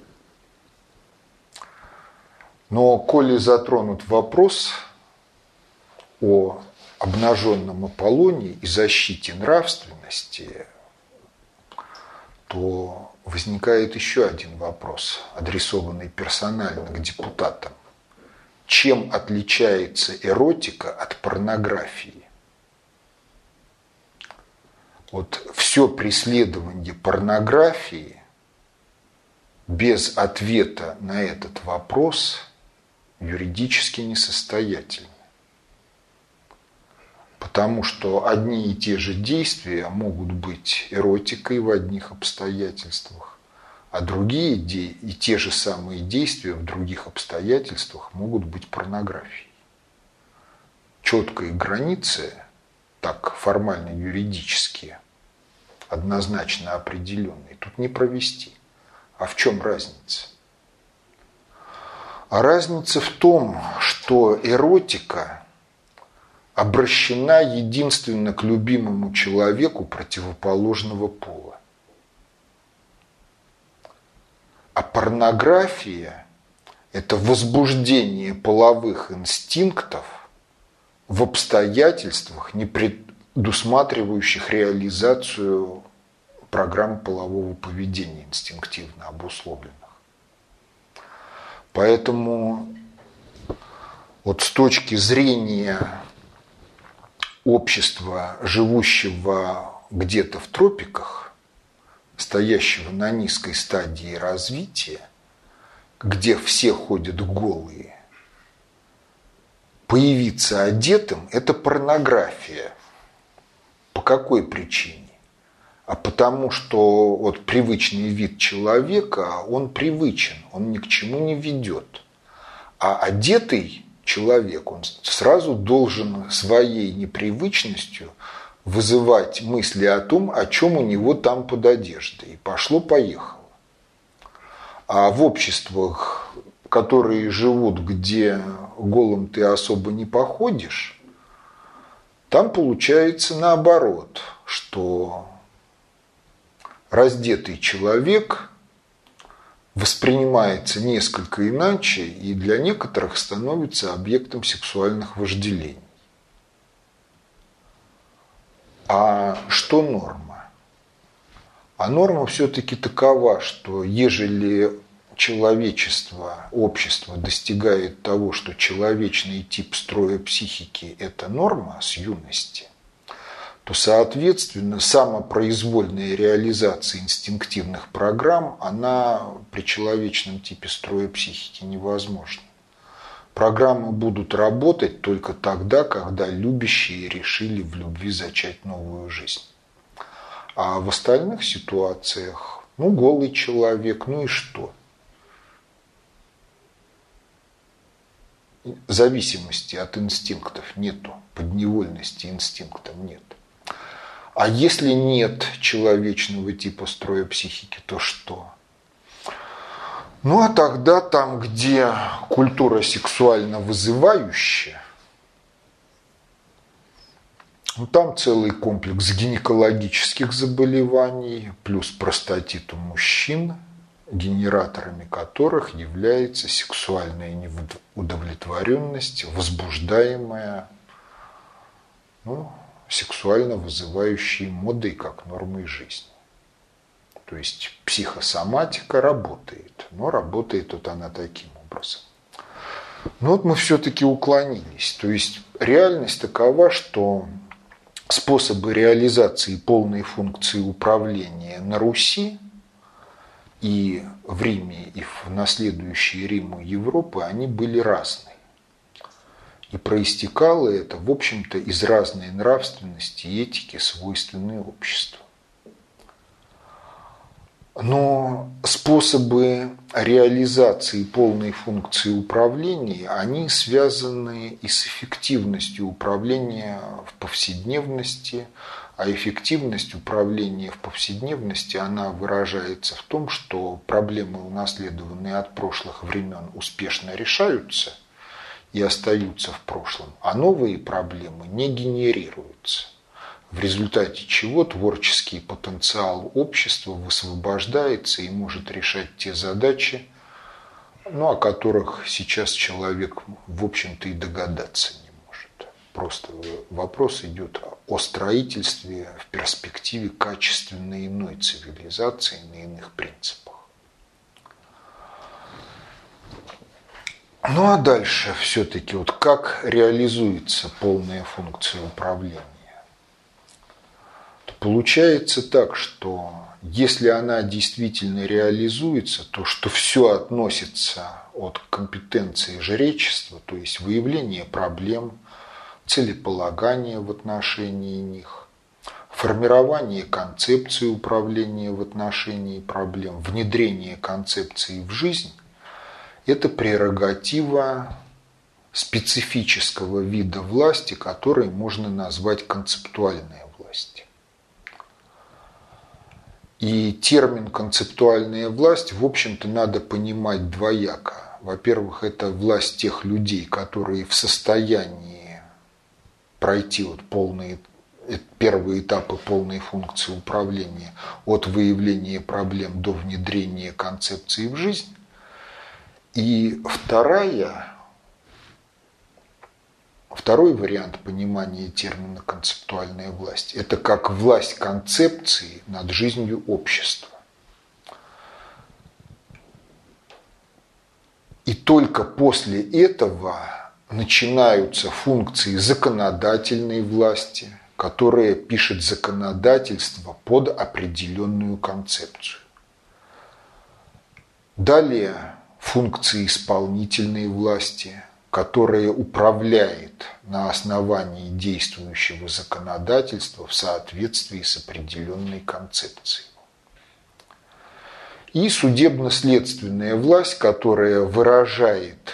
Но коли затронут вопрос о обнаженном Аполлоне и защите нравственности, то возникает еще один вопрос, адресованный персонально к депутатам. Чем отличается эротика от порнографии? Вот все преследование порнографии без ответа на этот вопрос юридически несостоятельно. Потому что одни и те же действия могут быть эротикой в одних обстоятельствах, а другие и те же самые действия в других обстоятельствах могут быть порнографией. Четкие границы, так формально юридические, однозначно определенные, тут не провести. А в чем разница? А разница в том, что эротика обращена единственно к любимому человеку противоположного пола. А порнография – это возбуждение половых инстинктов в обстоятельствах, не предусматривающих реализацию программ полового поведения, инстинктивно обусловленных. Поэтому вот с точки зрения общества, живущего где-то в тропиках, стоящего на низкой стадии развития, где все ходят голые, появиться одетым – это порнография. По какой причине? А потому что вот привычный вид человека, он привычен, он ни к чему не ведет. А одетый человек, он сразу должен своей непривычностью вызывать мысли о том, о чем у него там под одеждой. И пошло-поехало. А в обществах, которые живут, где голым ты особо не походишь, там получается наоборот, что раздетый человек воспринимается несколько иначе и для некоторых становится объектом сексуальных вожделений. А что норма? А норма все-таки такова, что ежели человечество, общество достигает того, что человечный тип строя психики – это норма с юности, то, соответственно, самопроизвольная реализация инстинктивных программ, она при человечном типе строя психики невозможна. Программы будут работать только тогда, когда любящие решили в любви зачать новую жизнь. А в остальных ситуациях, ну, голый человек, ну и что? Зависимости от инстинктов нету, подневольности инстинктам нет. А если нет человечного типа строя психики, то что? Ну, а тогда там, где культура сексуально вызывающая, ну, там целый комплекс гинекологических заболеваний, плюс простатит у мужчин, генераторами которых является сексуальная неудовлетворенность, возбуждаемая, ну, сексуально вызывающей модой как нормой жизни. То есть психосоматика работает, но работает вот она таким образом. Но вот мы все-таки уклонились. То есть реальность такова, что способы реализации полной функции управления на Руси и в Риме, и в наследующей Риму Европы, они были разные. И проистекало это, в общем-то, из разной нравственности и этики, свойственной обществу. Но способы реализации полной функции управления, они связаны и с эффективностью управления в повседневности, а эффективность управления в повседневности, она выражается в том, что проблемы, унаследованные от прошлых времен, успешно решаются и остаются в прошлом, а новые проблемы не генерируются. В результате чего творческий потенциал общества высвобождается и может решать те задачи, ну, о которых сейчас человек, в общем-то, и догадаться не может. Просто вопрос идет о строительстве в перспективе качественно иной цивилизации на иных принципах. Ну а дальше все-таки вот как реализуется полная функция управления? Получается так, что если она действительно реализуется, то что все относится от компетенции жречества, то есть выявление проблем, целеполагание в отношении них, формирование концепции управления в отношении проблем, внедрение концепции в жизнь, это прерогатива специфического вида власти, который можно назвать концептуальной властью. И термин «концептуальная власть», в общем-то, надо понимать двояко. Во-первых, это власть тех людей, которые в состоянии пройти вот полные, первые этапы полной функции управления от выявления проблем до внедрения концепции в жизнь. И вторая Второй вариант понимания термина «концептуальная власть» – это как власть концепции над жизнью общества. И только после этого начинаются функции законодательной власти, которая пишет законодательство под определенную концепцию. Далее функции исполнительной власти, которая управляет на основании действующего законодательства в соответствии с определенной концепцией. И судебно-следственная власть, которая выражает,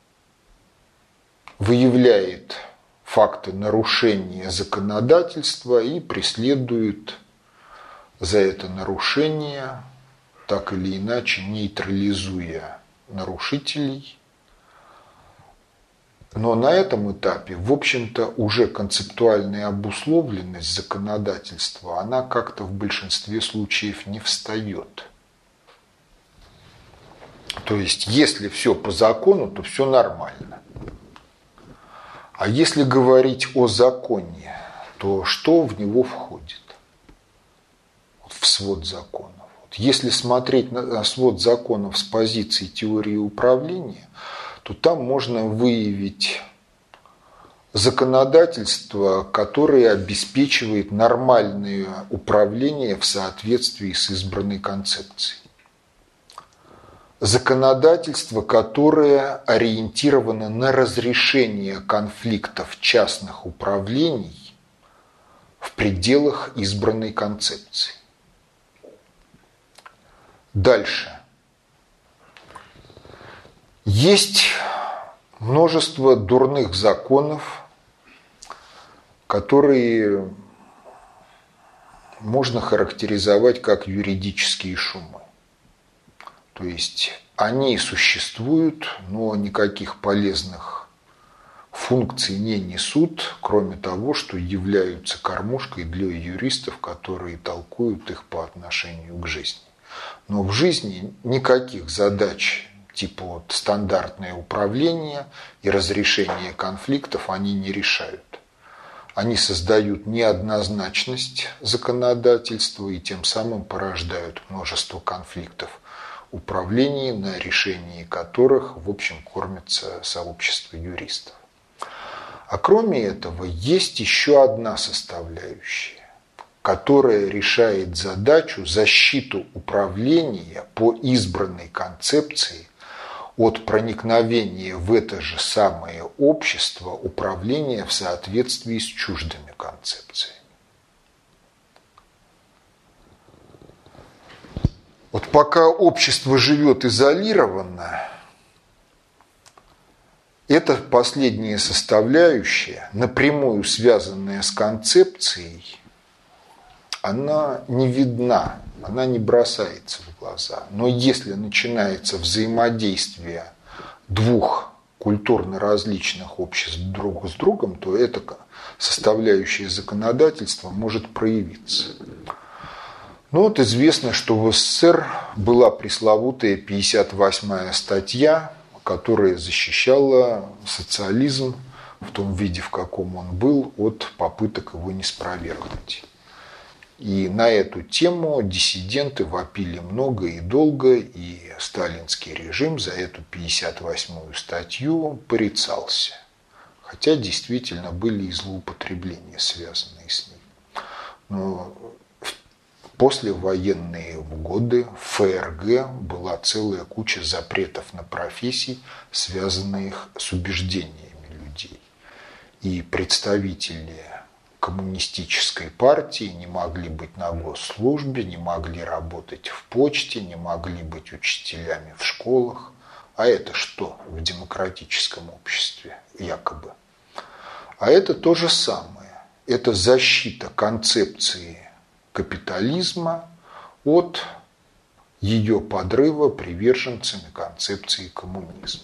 выявляет факты нарушения законодательства и преследует за это нарушение, так или иначе нейтрализуя нарушителей. Но на этом этапе, в общем-то, уже концептуальная обусловленность законодательства, она как-то в большинстве случаев не встает. То есть, если все по закону, то все нормально. А если говорить о законе, то что в него входит? В свод законов. Если смотреть на свод законов с позиции теории управления, то там можно выявить законодательство, которое обеспечивает нормальное управление в соответствии с избранной концепцией. Законодательство, которое ориентировано на разрешение конфликтов частных управлений в пределах избранной концепции. Дальше. Есть множество дурных законов, которые можно характеризовать как юридические шумы. То есть они существуют, но никаких полезных функций не несут, кроме того, что являются кормушкой для юристов, которые толкуют их по отношению к жизни. Но в жизни никаких задач типа вот стандартное управление и разрешение конфликтов они не решают. Они создают неоднозначность законодательства и тем самым порождают множество конфликтов, управлений, на решении которых, в общем, кормится сообщество юристов. А кроме этого, есть еще одна составляющая, которая решает задачу защиту управления по избранной концепции от проникновения в это же самое общество управления в соответствии с чуждыми концепциями. Вот пока общество живет изолированно, эта последняя составляющая, напрямую связанная с концепцией, она не видна, она не бросается в глаза. Но если начинается взаимодействие двух культурно различных обществ друг с другом, то эта составляющая законодательства может проявиться. Ну вот известно, что в СССР была пресловутая пятьдесят восьмая статья, которая защищала социализм в том виде, в каком он был, от попыток его не спровергнуть. И на эту тему диссиденты вопили много и долго, и сталинский режим за эту пятьдесят восьмую статью порицался. Хотя действительно были и злоупотребления, связанные с ней. Но в послевоенные годы в ФРГ была целая куча запретов на профессии, связанных с убеждениями людей. И представители коммунистической партии не могли быть на госслужбе, не могли работать в почте, не могли быть учителями в школах. А это что в демократическом обществе якобы? А это то же самое. Это защита концепции капитализма от ее подрыва приверженцами концепции коммунизма.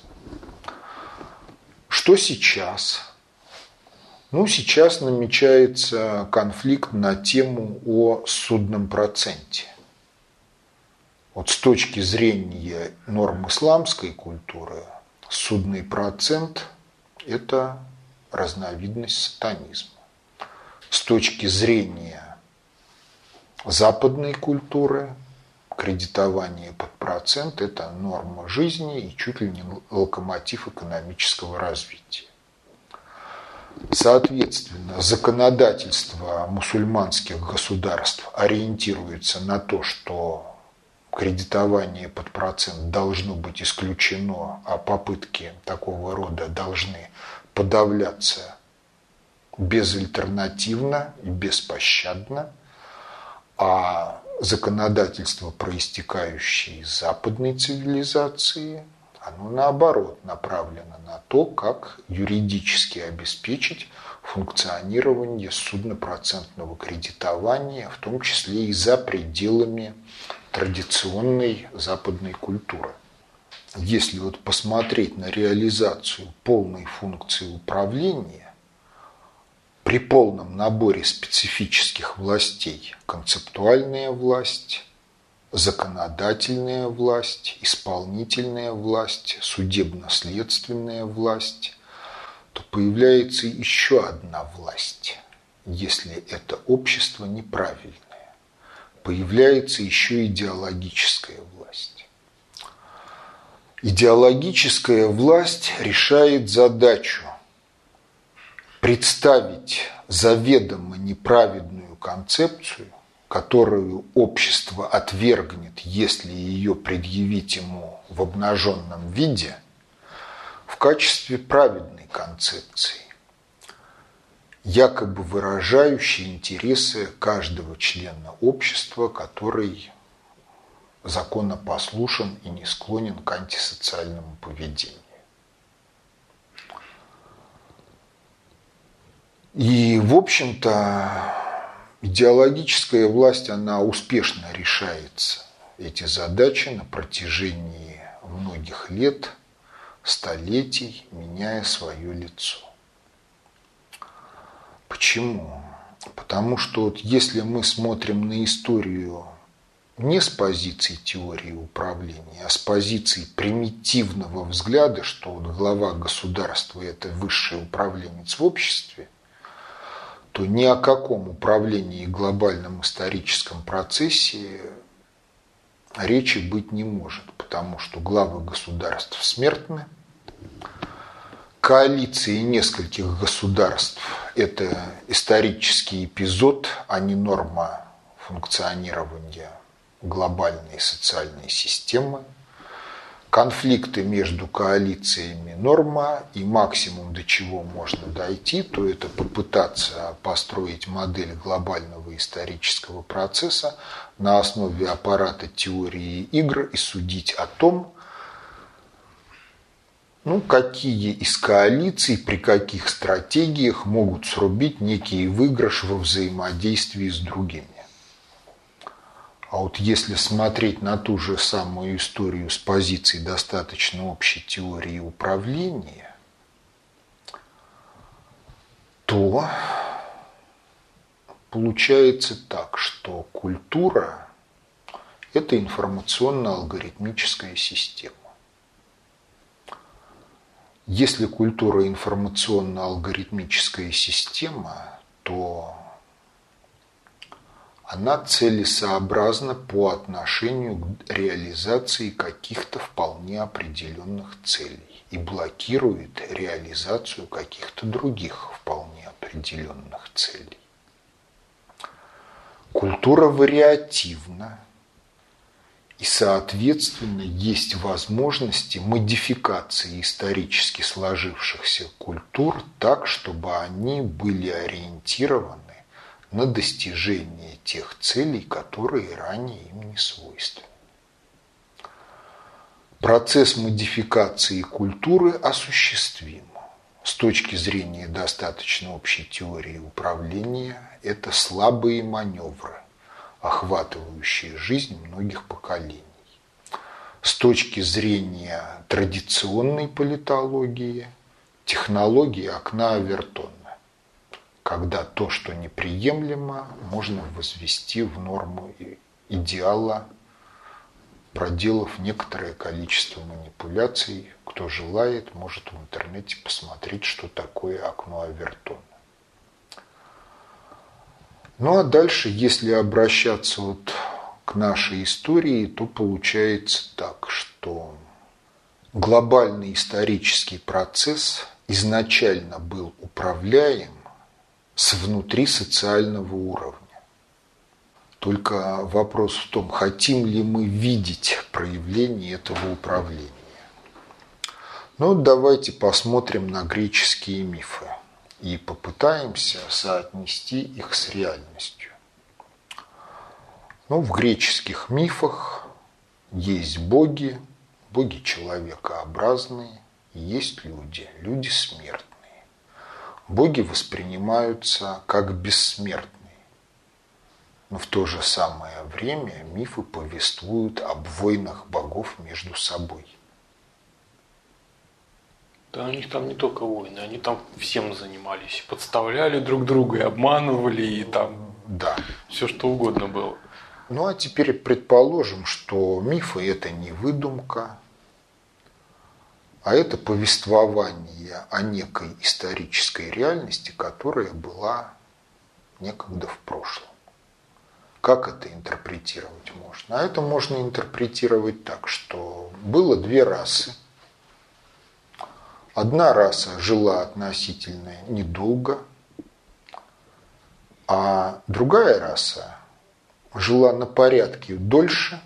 Что сейчас? Ну, сейчас намечается конфликт на тему о судном проценте. Вот с точки зрения норм исламской культуры, судный процент – это разновидность сатанизма. С точки зрения западной культуры кредитование под процент – это норма жизни и чуть ли не локомотив экономического развития. Соответственно, законодательство мусульманских государств ориентируется на то, что кредитование под процент должно быть исключено, а попытки такого рода должны подавляться безальтернативно и беспощадно, а законодательство, проистекающее из западной цивилизации, оно наоборот направлено на то, как юридически обеспечить функционирование суднопроцентного кредитования, в том числе и за пределами традиционной западной культуры. Если вот посмотреть на реализацию полной функции управления, при полном наборе специфических властей – концептуальная власть, законодательная власть, исполнительная власть, судебно-следственная власть, то появляется еще одна власть, если это общество неправильное. Появляется еще идеологическая власть. Идеологическая власть решает задачу представить заведомо неправедную концепцию, которую общество отвергнет, если ее предъявить ему в обнаженном виде, в качестве праведной концепции, якобы выражающей интересы каждого члена общества, который законопослушен и не склонен к антисоциальному поведению. И, в общем-то, идеологическая власть, она успешно решается, эти задачи, на протяжении многих лет, столетий, меняя свое лицо. Почему? Потому что вот если мы смотрим на историю не с позиции теории управления, а с позиции примитивного взгляда, что вот глава государства – это высший управленец в обществе, то ни о каком управлении и глобальном историческом процессе речи быть не может, потому что главы государств смертны, коалиции нескольких государств – это исторический эпизод, а не норма функционирования глобальной социальной системы. Конфликты между коалициями – норма, и максимум, до чего можно дойти, то это попытаться построить модель глобального исторического процесса на основе аппарата теории игр и судить о том, ну, какие из коалиций, при каких стратегиях могут срубить некий выигрыш во взаимодействии с другими. А вот если смотреть на ту же самую историю с позиции достаточно общей теории управления, то получается так, что культура – это информационно-алгоритмическая система. Если культура – информационно-алгоритмическая система, то она целесообразна по отношению к реализации каких-то вполне определенных целей и блокирует реализацию каких-то других вполне определенных целей. Культура вариативна, и, соответственно, есть возможности модификации исторически сложившихся культур так, чтобы они были ориентированы на достижение тех целей, которые ранее им не свойственны. Процесс модификации культуры осуществим. С точки зрения достаточно общей теории управления, это слабые маневры, охватывающие жизнь многих поколений. С точки зрения традиционной политологии, технологии окна Овертона, когда то, что неприемлемо, можно возвести в норму идеала проделав некоторое количество манипуляций. Кто желает, может в интернете посмотреть, что такое окно Авертона. Ну а дальше, если обращаться вот к нашей истории, то получается так, что глобальный исторический процесс изначально был управляем с внутри социального уровня. Только вопрос в том, хотим ли мы видеть проявление этого управления. Ну, давайте посмотрим на греческие мифы и попытаемся соотнести их с реальностью. Ну, в греческих мифах есть боги, боги человекообразные, и есть люди, люди смертные. Боги воспринимаются как бессмертные. Но в то же самое время мифы повествуют об войнах богов между собой. Да, у них там не только войны, они там всем занимались. Подставляли друг друга и обманывали, и там да. все что угодно было. Ну а теперь предположим, что мифы – это не выдумка, а это повествование о некой исторической реальности, которая была некогда в прошлом. Как это интерпретировать можно? А это можно интерпретировать так, что было две расы. Одна раса жила относительно недолго, а другая раса жила на порядке дольше,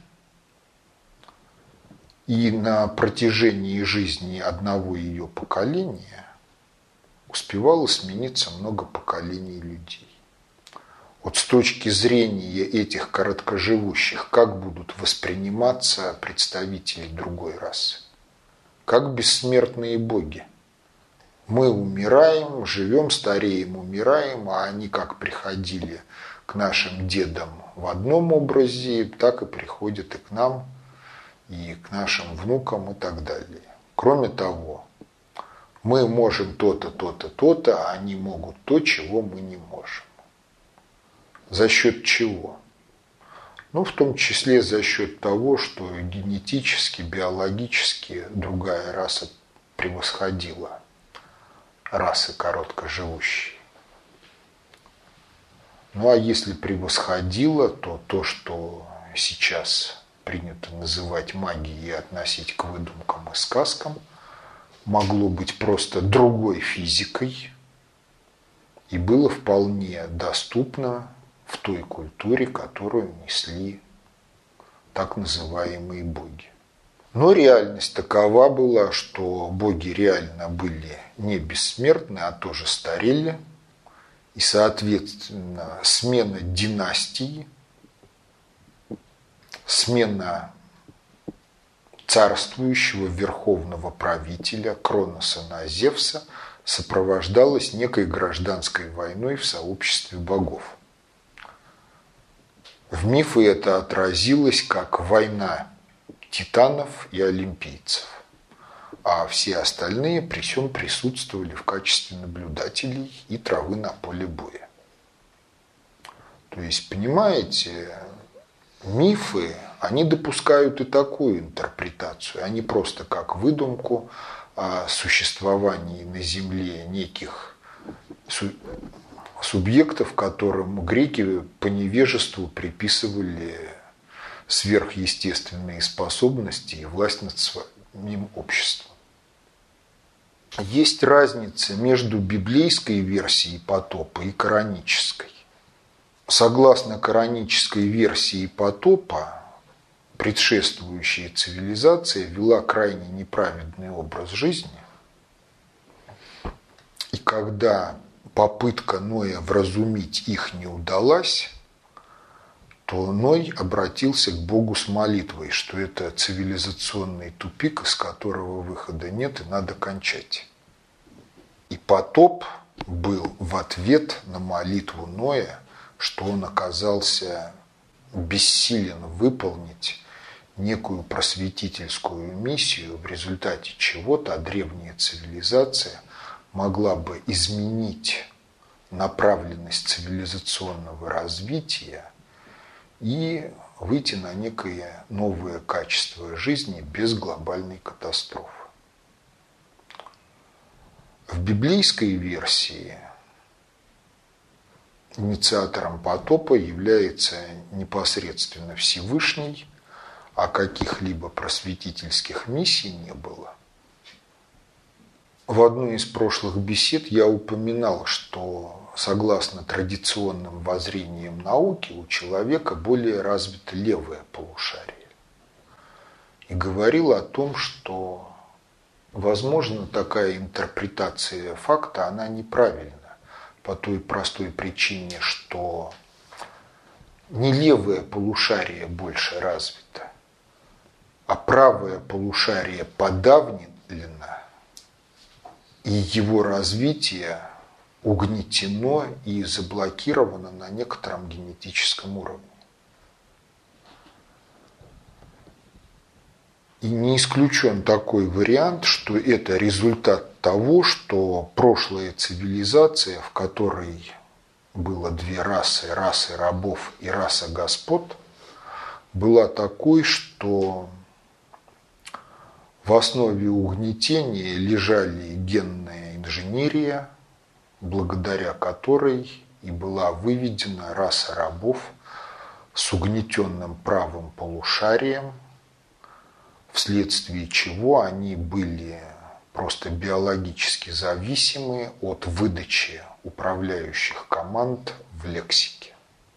и на протяжении жизни одного ее поколения успевало смениться много поколений людей. Вот с точки зрения этих короткоживущих, как будут восприниматься представители другой расы? Как бессмертные боги. Мы умираем, живем, стареем, умираем, а они как приходили к нашим дедам в одном образе, так и приходят и к нам, и к нашим внукам и так далее. Кроме того, мы можем то-то, то-то, то-то, а они могут то, чего мы не можем. За счет чего? Ну, в том числе за счет того, что генетически, биологически другая раса превосходила расы короткоживущие. Ну, а если превосходила, то то, что сейчас принято называть магией и относить к выдумкам и сказкам, могло быть просто другой физикой и было вполне доступно в той культуре, которую несли так называемые боги. Но реальность такова была, что боги реально были не бессмертны, а тоже старели. И, соответственно, смена династии, смена царствующего верховного правителя Кроноса на Зевса сопровождалась некой гражданской войной в сообществе богов. В мифе это отразилось как война титанов и олимпийцев, а все остальные при всем присутствовали в качестве наблюдателей и травы на поле боя. То есть, понимаете, мифы, они допускают и такую интерпретацию, они просто как выдумку о существовании на Земле неких субъектов, которым греки по невежеству приписывали сверхъестественные способности и власть над своим обществом. Есть разница между библейской версией потопа и коранической. Согласно коранической версии потопа, предшествующая цивилизация вела крайне неправедный образ жизни. И когда попытка Ноя вразумить их не удалась, то Ной обратился к Богу с молитвой, что это цивилизационный тупик, из которого выхода нет и надо кончать. И потоп был в ответ на молитву Ноя, что он оказался бессилен выполнить некую просветительскую миссию, в результате чего та древняя цивилизация могла бы изменить направленность цивилизационного развития и выйти на некое новое качество жизни без глобальной катастрофы. В библейской версии инициатором потопа является непосредственно Всевышний, а каких-либо просветительских миссий не было. В одной из прошлых бесед я упоминал, что согласно традиционным воззрениям науки у человека более развито левое полушарие. И говорил о том, что, возможно, такая интерпретация факта, она неправильна. По той простой причине, что не левое полушарие больше развито, а правое полушарие подавлено, и его развитие угнетено и заблокировано на некотором генетическом уровне. И не исключен такой вариант, что это результат того, что прошлая цивилизация, в которой было две расы, расы рабов и раса господ, была такой, что в основе угнетения лежали генная инженерия, благодаря которой и была выведена раса рабов с угнетенным правым полушарием, вследствие чего они были просто биологически зависимы от выдачи управляющих команд в лексике.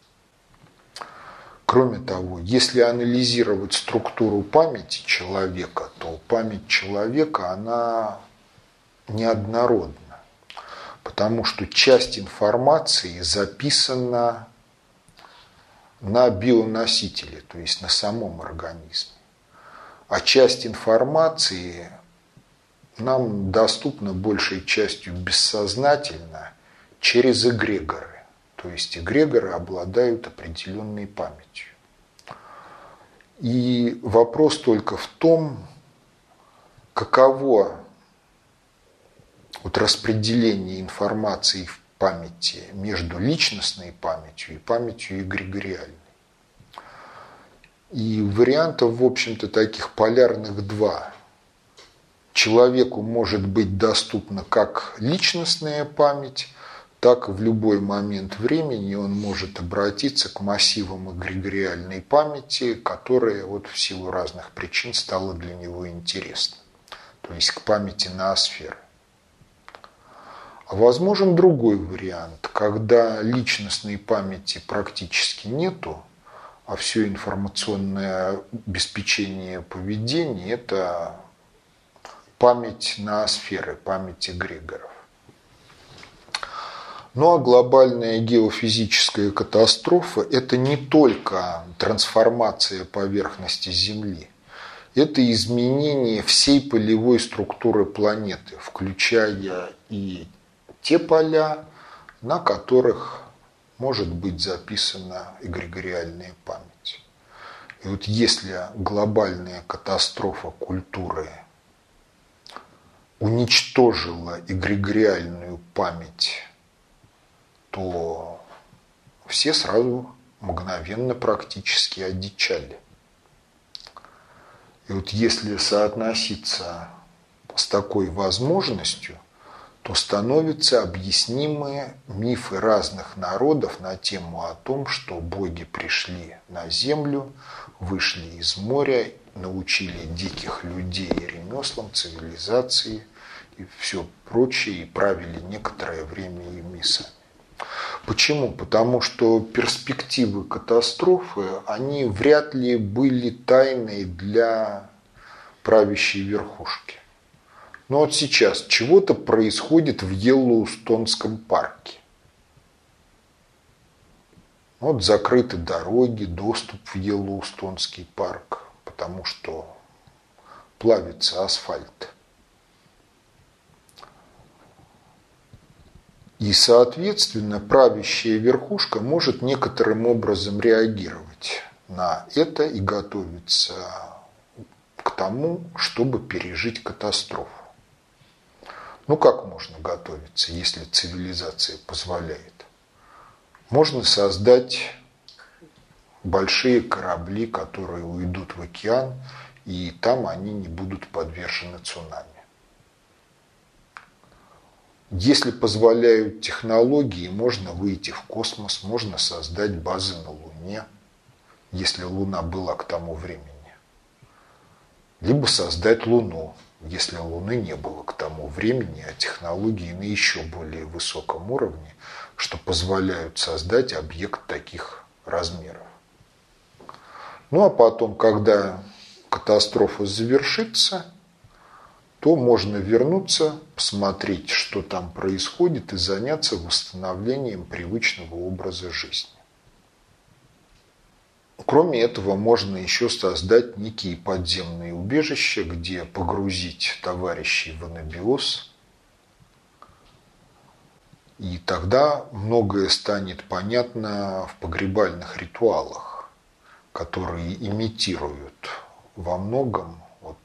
Кроме того, если анализировать структуру памяти человека, то память человека, она неоднородна, потому что часть информации записана на бионосителе, то есть на самом организме. А часть информации нам доступна большей частью бессознательно через эгрегоры. То есть эгрегоры обладают определенной памятью. И вопрос только в том, каково вот распределение информации в памяти между личностной памятью и памятью эгрегориальной. И вариантов, в общем-то, таких полярных два. Человеку может быть доступна как личностная память, так в любой момент времени он может обратиться к массивам эгрегориальной памяти, которая вот в силу разных причин стала для него интересна. То есть к памяти ноосферы. А возможен другой вариант, когда личностной памяти практически нету, а все информационное обеспечение поведения – это память ноосферы, память эгрегоров. Ну а глобальная геофизическая катастрофа – это не только трансформация поверхности Земли, это изменение всей полевой структуры планеты, включая и те поля, на которых может быть записана эгрегориальная память. И вот если глобальная катастрофа культуры уничтожила эгрегориальную память, то все сразу мгновенно практически одичали. И вот если соотноситься с такой возможностью, то становятся объяснимы мифы разных народов на тему о том, что боги пришли на землю, вышли из моря, научили диких людей ремеслам, цивилизации и все прочее, и правили некоторое время ими сами. Почему? Потому что перспективы катастрофы, они вряд ли были тайной для правящей верхушки. Но вот сейчас чего-то происходит в Йеллоустонском парке. Вот закрыты дороги, доступ в Йеллоустонский парк, потому что плавится асфальт. И, соответственно, правящая верхушка может некоторым образом реагировать на это и готовиться к тому, чтобы пережить катастрофу. Ну, как можно готовиться, если цивилизация позволяет? Можно создать большие корабли, которые уйдут в океан, и там они не будут подвержены цунами. Если позволяют технологии, можно выйти в космос, можно создать базы на Луне, если Луна была к тому времени. Либо создать Луну, если Луны не было к тому времени, а технологии на еще более высоком уровне, что позволяют создать объект таких размеров. Ну а потом, когда катастрофа завершится, то можно вернуться, посмотреть, что там происходит, и заняться восстановлением привычного образа жизни. Кроме этого, можно еще создать некие подземные убежища, где погрузить товарищей в анабиоз. И тогда многое станет понятно в погребальных ритуалах, которые имитируют во многом вот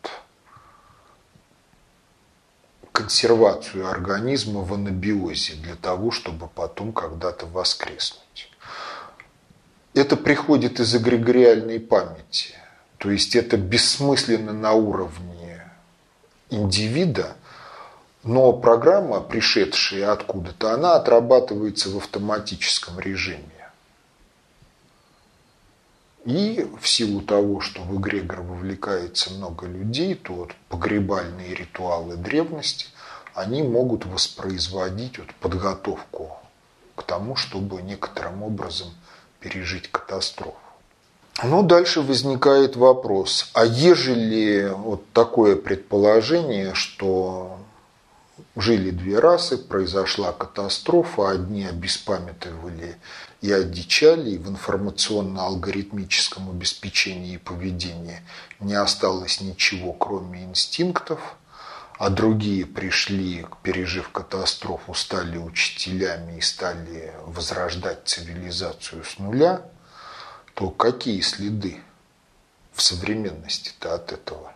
консервацию организма в анабиозе для того, чтобы потом когда-то воскреснуть. Это приходит из эгрегориальной памяти. То есть это бессмысленно на уровне индивида, но программа, пришедшая откуда-то, она отрабатывается в автоматическом режиме. И в силу того, что в эгрегор вовлекается много людей, то вот погребальные ритуалы древности, они могут воспроизводить вот подготовку к тому, чтобы некоторым образом пережить катастрофу. Но дальше возникает вопрос, а ежели вот такое предположение, что жили две расы, произошла катастрофа, одни обеспамятовали и одичали, и в информационно-алгоритмическом обеспечении поведения не осталось ничего, кроме инстинктов, а другие пришли, пережив катастрофу, стали учителями и стали возрождать цивилизацию с нуля, то какие следы в современности-то от этого?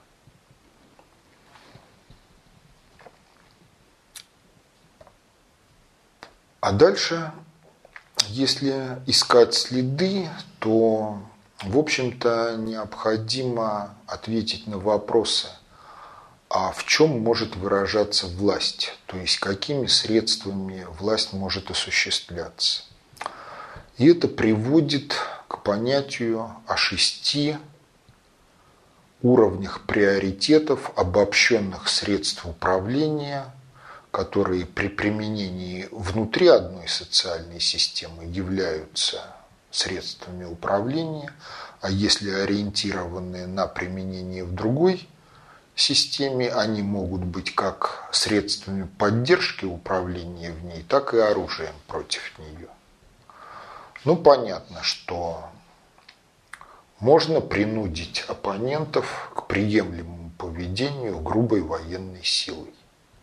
А дальше, если искать следы, то, в общем-то, необходимо ответить на вопросы, а в чем может выражаться власть, то есть какими средствами власть может осуществляться. И это приводит к понятию о шести уровнях приоритетов обобщенных средств управления, которые при применении внутри одной социальной системы являются средствами управления, а если ориентированные на применение в другой системе, они могут быть как средствами поддержки управления в ней, так и оружием против нее. Ну, понятно, что можно принудить оппонентов к приемлемому поведению грубой военной силой.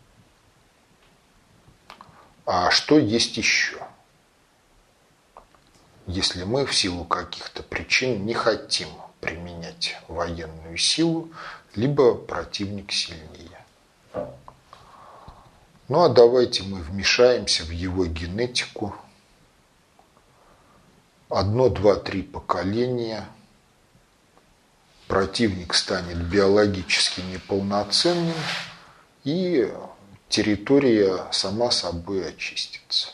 А что есть еще? Если мы в силу каких-то причин не хотим применять военную силу, либо противник сильнее. Ну а давайте мы вмешаемся в его генетику. Одно, два, три поколения. Противник станет биологически неполноценным, и территория сама собой очистится.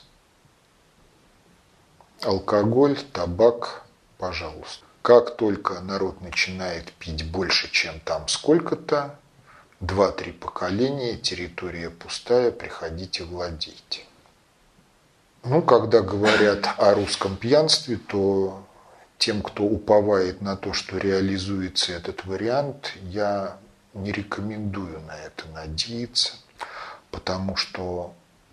Алкоголь, табак, пожалуйста. Как только народ начинает пить больше, чем там сколько-то, два-три поколения, территория пустая, приходите, владейте. Ну, когда говорят о русском пьянстве, то тем, кто уповает на то, что реализуется этот вариант, я не рекомендую на это надеяться, потому что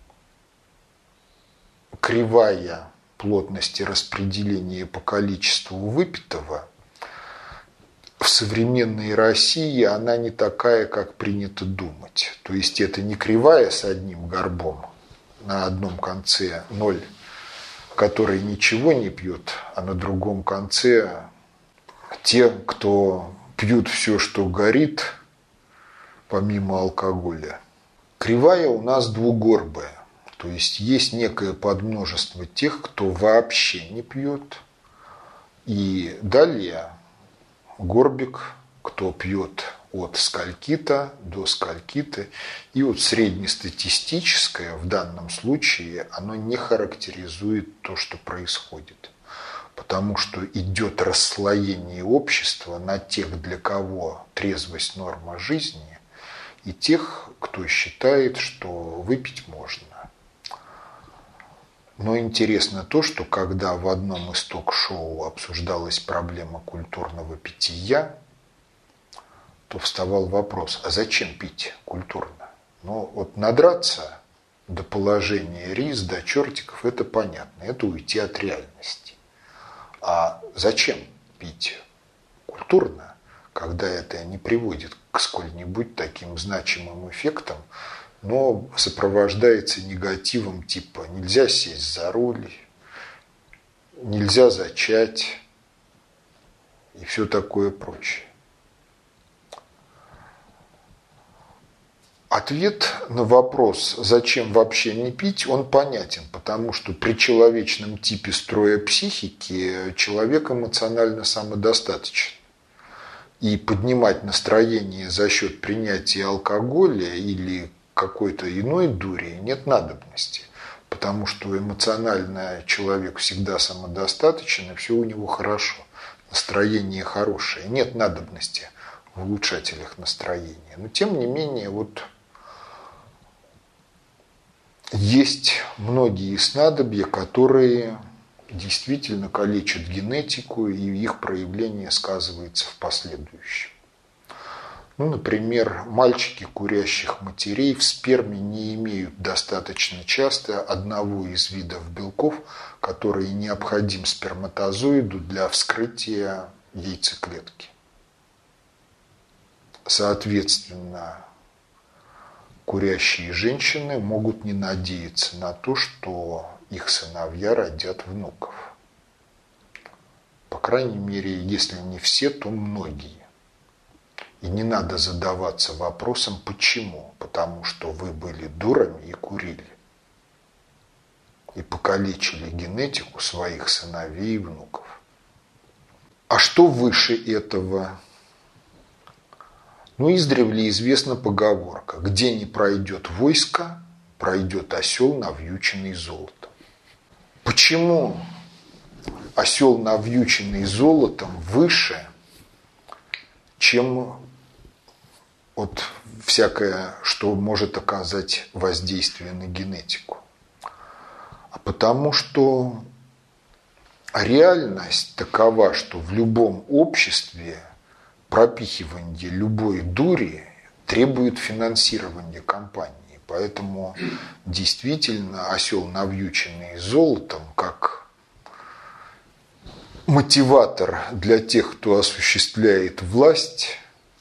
кривая плотности распределения по количеству выпитого в современной России, она не такая, как принято думать. То есть это не кривая с одним горбом, на одном конце ноль, который ничего не пьет, а на другом конце те, кто пьют все, что горит, помимо алкоголя. Кривая у нас двугорбая. То есть есть некое подмножество тех, кто вообще не пьет, И далее Горбик, кто пьет от скольки-то до скольки-то. И вот среднестатистическое в данном случае, оно не характеризует то, что происходит. Потому что идет расслоение общества на тех, для кого трезвость – норма жизни, и тех, кто считает, что выпить можно. Но интересно то, что когда в одном из ток-шоу обсуждалась проблема культурного питья, то вставал вопрос, а зачем пить культурно? Ну, вот надраться до положения рис, до чертиков, это понятно, это уйти от реальности. А зачем пить культурно, когда это не приводит к сколь-нибудь таким значимым эффектам, но сопровождается негативом типа нельзя сесть за руль, нельзя зачать и все такое прочее. Ответ на вопрос, зачем вообще не пить, он понятен, потому что при человечном типе строя психики человек эмоционально самодостаточен. И поднимать настроение за счет принятия алкоголя или какой-то иной дури нет надобности, потому что эмоционально человек всегда самодостаточен, и все у него хорошо, настроение хорошее, нет надобности в улучшателях настроения. Но тем не менее, вот есть многие снадобья, которые действительно калечат генетику, и их проявление сказывается в последующем. Ну, например, мальчики курящих матерей в сперме не имеют достаточно часто одного из видов белков, который необходим сперматозоиду для вскрытия яйцеклетки. Соответственно, курящие женщины могут не надеяться на то, что их сыновья родят внуков. По крайней мере, если не все, то многие. И не надо задаваться вопросом, почему? Потому что вы были дурами и курили. И покалечили генетику своих сыновей и внуков. А что выше этого? Ну, издревле известна поговорка: где не пройдет войско, пройдет осел, навьюченный золотом. Почему осел, навьюченный золотом, выше, чем вот всякое, что может оказать воздействие на генетику? А потому что реальность такова, что в любом обществе пропихивание любой дури требует финансирования компании. Поэтому действительно осел, навьюченный золотом, как мотиватор для тех, кто осуществляет власть,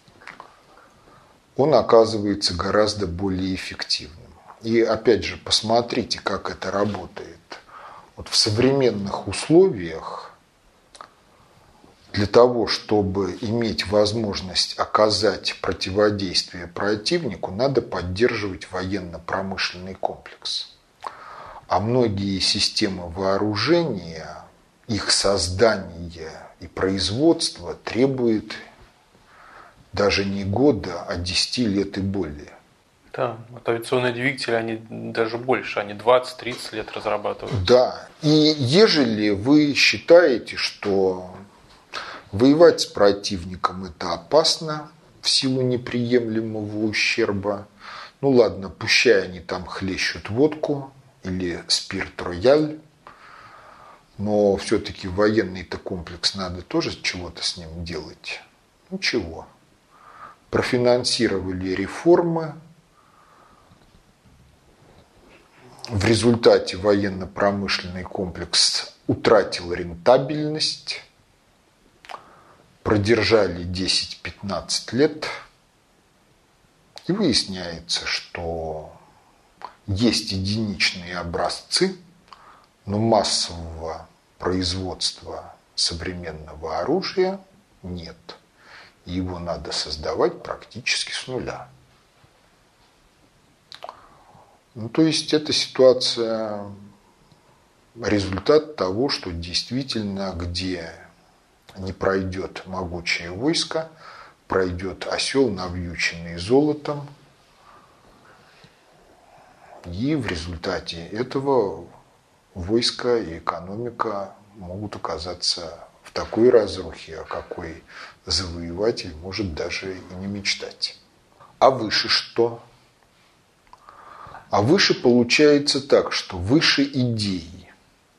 он оказывается гораздо более эффективным. И опять же, посмотрите, как это работает. Вот в современных условиях для того, чтобы иметь возможность оказать противодействие противнику, надо поддерживать военно-промышленный комплекс. А многие системы вооружения, их создание и производство требует даже не года, а десяти лет и более. Да, вот авиационные двигатели, они даже больше, они двадцать-тридцать лет разрабатывают. Да, и ежели вы считаете, что воевать с противником это опасно в силу неприемлемого ущерба, ну ладно, пущай они там хлещут водку или спирт-рояль, но все-таки военный-то комплекс надо тоже чего-то с ним делать. Ничего. Профинансировали реформы. В результате военно-промышленный комплекс утратил рентабельность. Продержали десять-пятнадцать лет. И выясняется, что есть единичные образцы, но массового производства современного оружия нет. Его надо создавать практически с нуля. Ну, то есть, эта ситуация результат того, что действительно, где не пройдет могучее войско, пройдет осел, навьюченный золотом. И в результате этого войско и экономика могут оказаться в такой разрухе, о какой завоеватель может даже и не мечтать. А выше что? А выше получается так, что выше идеи.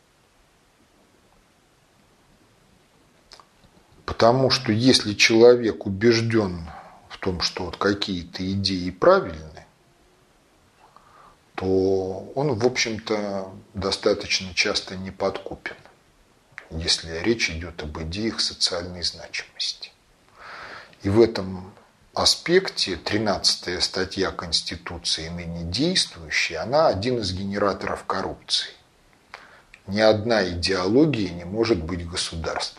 Потому что если человек убежден в том, что вот какие-то идеи правильны, то он, в общем-то, достаточно часто неподкупен, если речь идет об идеях социальной значимости. И в этом аспекте тринадцатая статья Конституции, ныне действующая, она один из генераторов коррупции. Ни одна идеология не может быть государственной.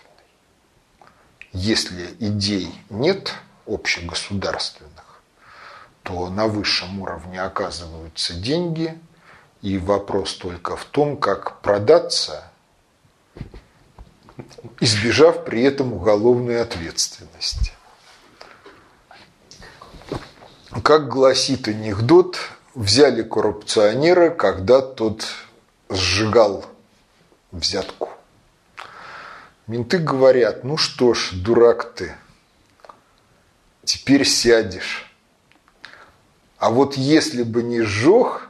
Если идей нет общегосударственных, то на высшем уровне оказываются деньги, и вопрос только в том, как продаться, избежав при этом уголовной ответственности. Как гласит анекдот, взяли коррупционера, когда тот сжигал взятку. Менты говорят: ну что ж, дурак ты, теперь сядешь. А вот если бы не сжег,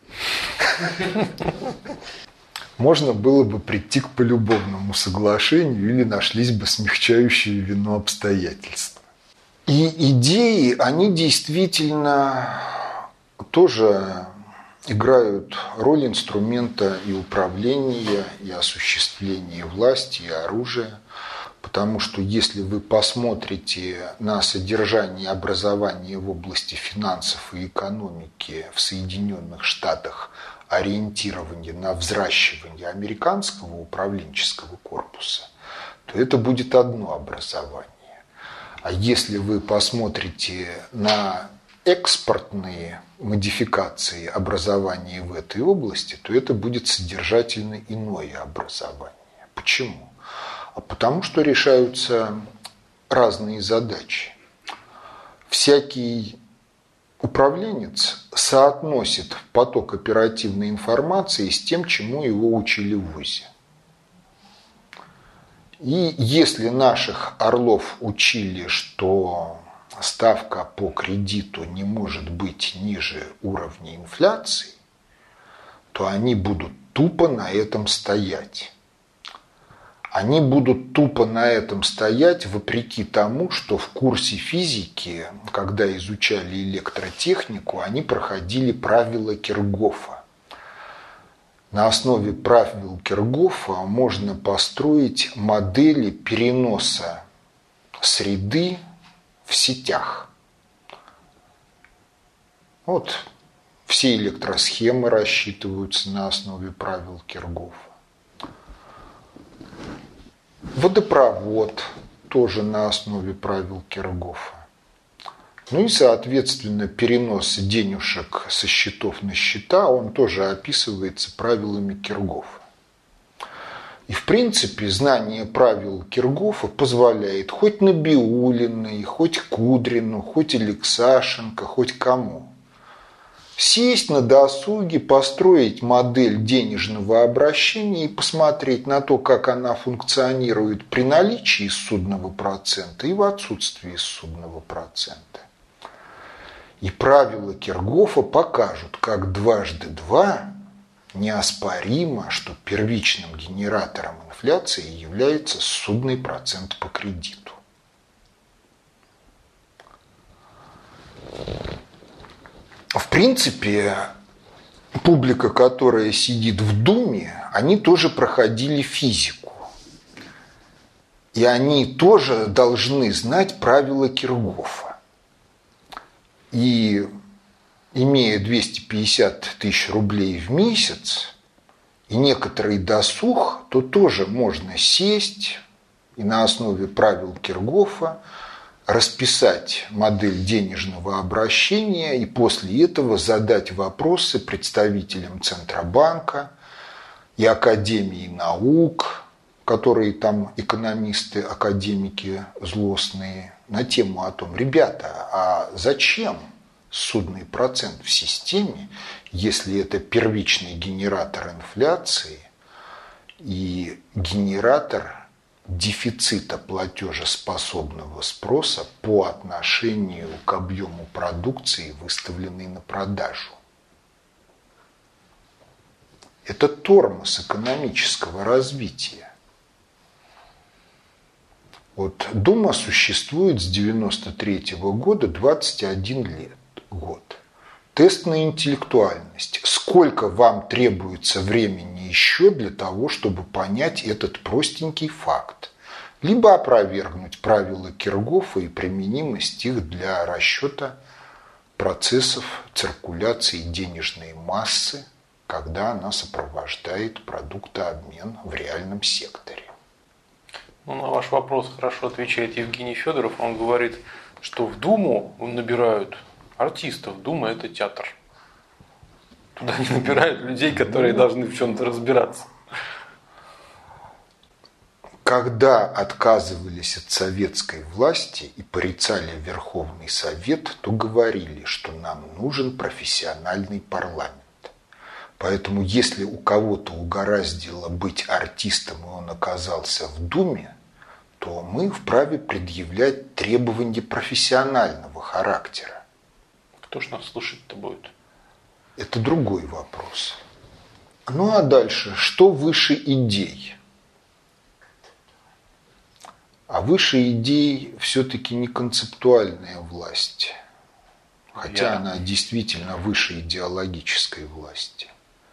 можно было бы прийти к полюбовному соглашению или нашлись бы смягчающие вину обстоятельства. И идеи, они действительно тоже играют роль инструмента и управления, и осуществления власти, и оружия. Потому что если вы посмотрите на содержание образования в области финансов и экономики в Соединенных Штатах, ориентирование на взращивание американского управленческого корпуса, то это будет одно образование. А если вы посмотрите на экспортные модификации образования в этой области, то это будет содержательно иное образование. Почему? А потому что решаются разные задачи. Всякий управленец соотносит поток оперативной информации с тем, чему его учили в вузе. И если наших орлов учили, что ставка по кредиту не может быть ниже уровня инфляции, то они будут тупо на этом стоять. Они будут тупо на этом стоять вопреки тому, что в курсе физики, когда изучали электротехнику, они проходили правила Киргофа. На основе правил Киргофа можно построить модели переноса среды в сетях. Вот все электросхемы рассчитываются на основе правил Киргофа. Водопровод тоже на основе правил Киргофа. Ну и, соответственно, перенос денежек со счетов на счета, он тоже описывается правилами Киргофа. И, в принципе, знание правил Киргофа позволяет хоть Набиуллиной, хоть Кудрину, хоть Алексашенко, хоть кому сесть на досуге, построить модель денежного обращения и посмотреть на то, как она функционирует при наличии ссудного процента и в отсутствии ссудного процента. И правила Киргофа покажут, как дважды два неоспоримо, что первичным генератором инфляции является ссудный процент по кредиту. В принципе, публика, которая сидит в Думе, они тоже проходили физику. И они тоже должны знать правила Киргофа. И имея двести пятьдесят тысяч рублей в месяц и некоторый досуг, то тоже можно сесть и на основе правил Киргофа расписать модель денежного обращения и после этого задать вопросы представителям Центробанка и Академии наук, которые там экономисты, академики злостные, на тему о том, ребята, а зачем судный процент в системе, если это первичный генератор инфляции и генератор дефицита платежеспособного спроса по отношению к объему продукции, выставленной на продажу. Это тормоз экономического развития. Вот Дума существует с девяносто третьего года двадцать один лет, год. Тест на интеллектуальность. Сколько вам требуется времени еще для того, чтобы понять этот простенький факт? Либо опровергнуть правила Киргофа и применимость их для расчета процессов циркуляции денежной массы, когда она сопровождает продуктообмен в реальном секторе. Ну, на ваш вопрос хорошо отвечает Евгений Федоров. Он говорит, что в Думу набирают артистов. Дума – это театр. Туда не набирают людей, которые должны в чем-то разбираться. Когда отказывались от советской власти и порицали Верховный Совет, то говорили, что нам нужен профессиональный парламент. Поэтому если у кого-то угораздило быть артистом, и он оказался в Думе, то мы вправе предъявлять требования профессионального характера. Кто ж нас слушать-то будет? Это другой вопрос. Ну а дальше, что выше идей? А выше идей все-таки не концептуальная власть, хотя Я... она действительно выше идеологической власти.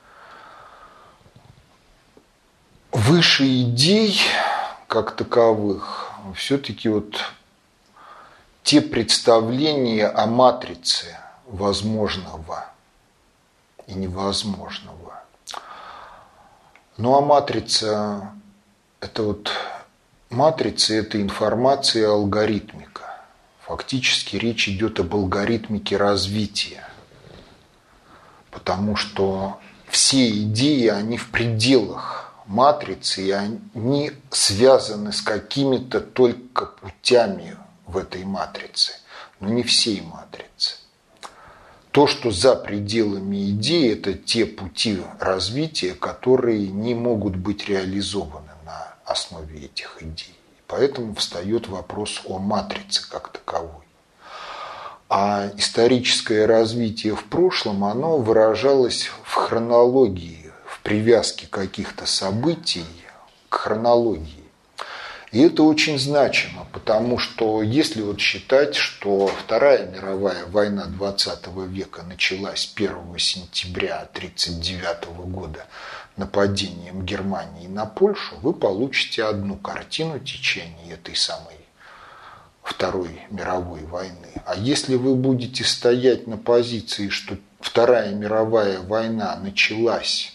Выше идей, как таковых, все-таки вот те представления о матрице возможного и невозможного. Ну а матрица, это вот матрица, это информация, алгоритмика. Фактически речь идет об алгоритмике развития, потому что все идеи, они в пределах матрицы, и они связаны с какими-то только путями в этой матрице, но не всей матрицы. То, что за пределами идеи, это те пути развития, которые не могут быть реализованы на основе этих идей. Поэтому встает вопрос о матрице как таковой. А историческое развитие в прошлом, оно выражалось в хронологии, в привязке каких-то событий к хронологии. И это очень значимо, потому что если вот считать, что Вторая мировая война двадцатого века началась первого сентября тысяча девятьсот тридцать девятого года нападением Германии на Польшу, вы получите одну картину течения этой самой Второй мировой войны. А если вы будете стоять на позиции, что Вторая мировая война началась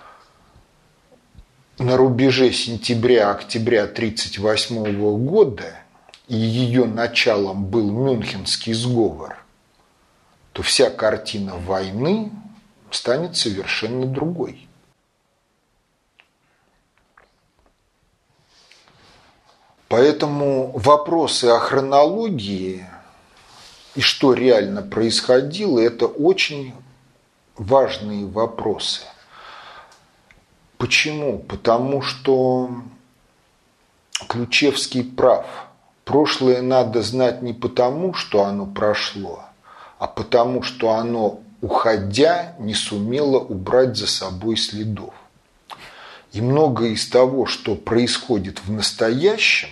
на рубеже сентября-октября тысяча девятьсот тридцать восьмого года, и ее началом был Мюнхенский сговор, то вся картина войны станет совершенно другой. Поэтому вопросы о хронологии и что реально происходило, это очень важные вопросы. Почему? Потому что Ключевский прав. Прошлое надо знать не потому, что оно прошло, а потому, что оно, уходя, не сумело убрать за собой следов. И многое из того, что происходит в настоящем,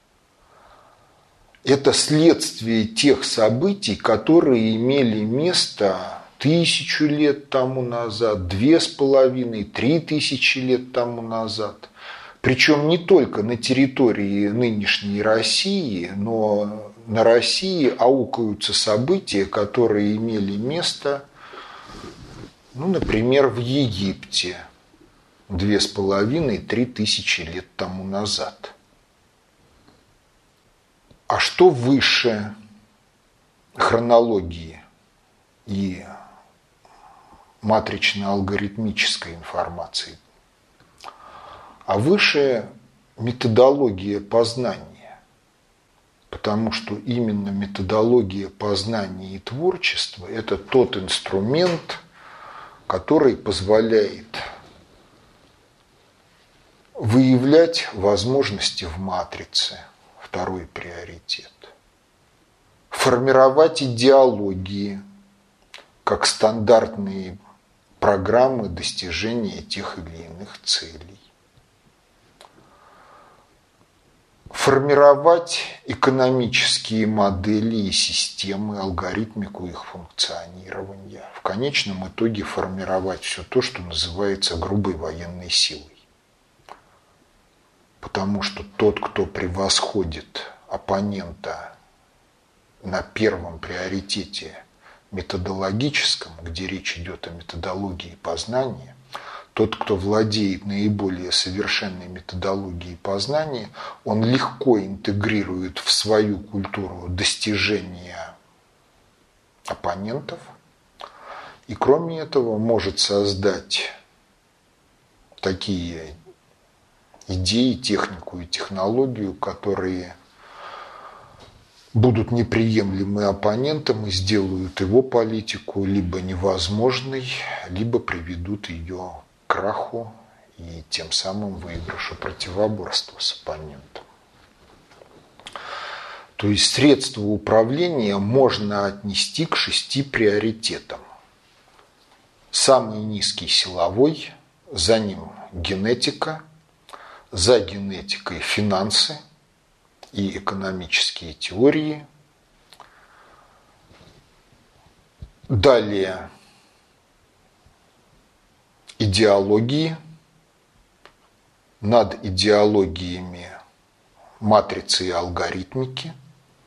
это следствие тех событий, которые имели место тысячу лет тому назад, две с половиной, три тысячи лет тому назад. Причем не только на территории нынешней России, но на России аукаются события, которые имели место, ну, например, в Египте две с половиной, три тысячи лет тому назад. А что выше хронологии и матрично-алгоритмической информации? А выше методология познания, потому что именно методология познания и творчества – это тот инструмент, который позволяет выявлять возможности в матрице, второй приоритет, формировать идеологии как стандартные программы достижения тех или иных целей, формировать экономические модели и системы, алгоритмику их функционирования, в конечном итоге формировать все то, что называется грубой военной силой. Потому что тот, кто превосходит оппонента на первом приоритете методологическом, где речь идет о методологии познания, тот, кто владеет наиболее совершенной методологией познания, он легко интегрирует в свою культуру достижения оппонентов и, кроме этого, может создать такие идеи, технику и технологию, которые будут неприемлемы оппонентам и сделают его политику либо невозможной, либо приведут ее к краху и тем самым выигрышу противоборства с оппонентом. То есть средства управления можно отнести к шести приоритетам. Самый низкий – силовой, за ним генетика, за генетикой финансы и экономические теории. Далее идеологии. Над идеологиями матрицы и алгоритмики.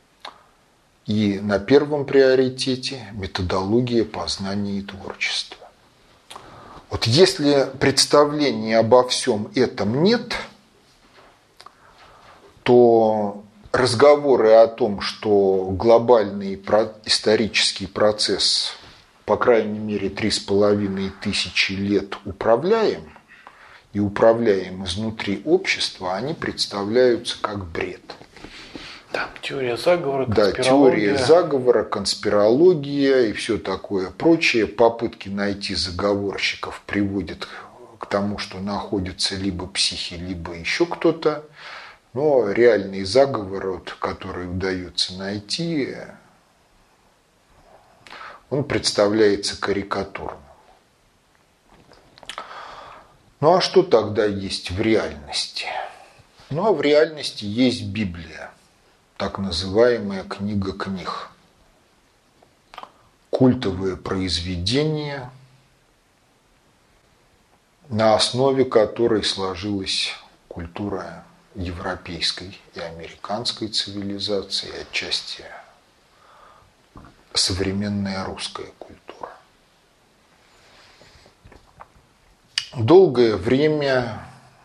И на первом приоритете методология познания и творчества. Вот если представления обо всем этом нет, то разговоры о том, что глобальный исторический процесс, по крайней мере, три с половиной тысячи лет управляем, и управляем изнутри общества, они представляются как бред. Да, теория заговора, конспирология. Да, теория заговора, конспирология и все такое прочее. Попытки найти заговорщиков приводят к тому, что находятся либо психи, либо еще кто-то. Но реальный заговор, вот, который удается найти, он представляется карикатурным. Ну а что тогда есть в реальности? Ну а в реальности есть Библия, так называемая книга книг. Культовое произведение, на основе которой сложилась культура европейской и американской цивилизации, отчасти современная русская культура. Долгое время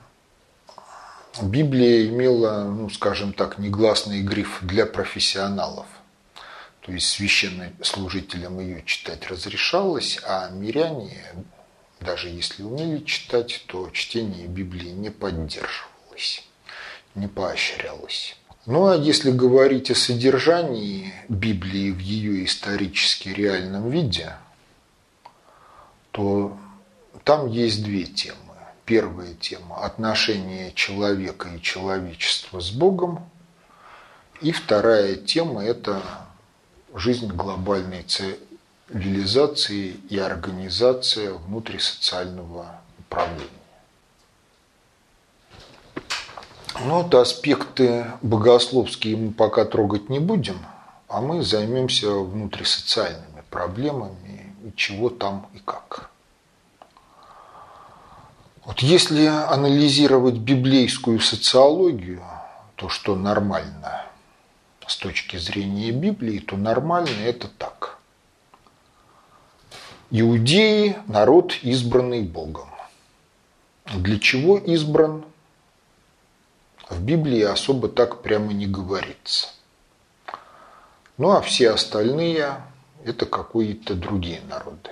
Библия имела, ну, скажем так, негласный гриф для профессионалов. То есть священнослужителям ее читать разрешалось, а миряне, даже если умели читать, то чтение Библии не поддерживалось, не поощрялось. Ну а если говорить о содержании Библии в ее исторически реальном виде, то там есть две темы. Первая тема – отношения человека и человечества с Богом. И вторая тема – это жизнь глобальной цивилизации и организация внутрисоциального управления. Но вот аспекты богословские мы пока трогать не будем, а мы займемся внутрисоциальными проблемами и чего там и как. Вот если анализировать библейскую социологию, то что нормально с точки зрения Библии, то нормально это так. Иудеи – народ, избранный Богом. Для чего избран? В Библии особо так прямо не говорится. Ну а все остальные – это какие-то другие народы.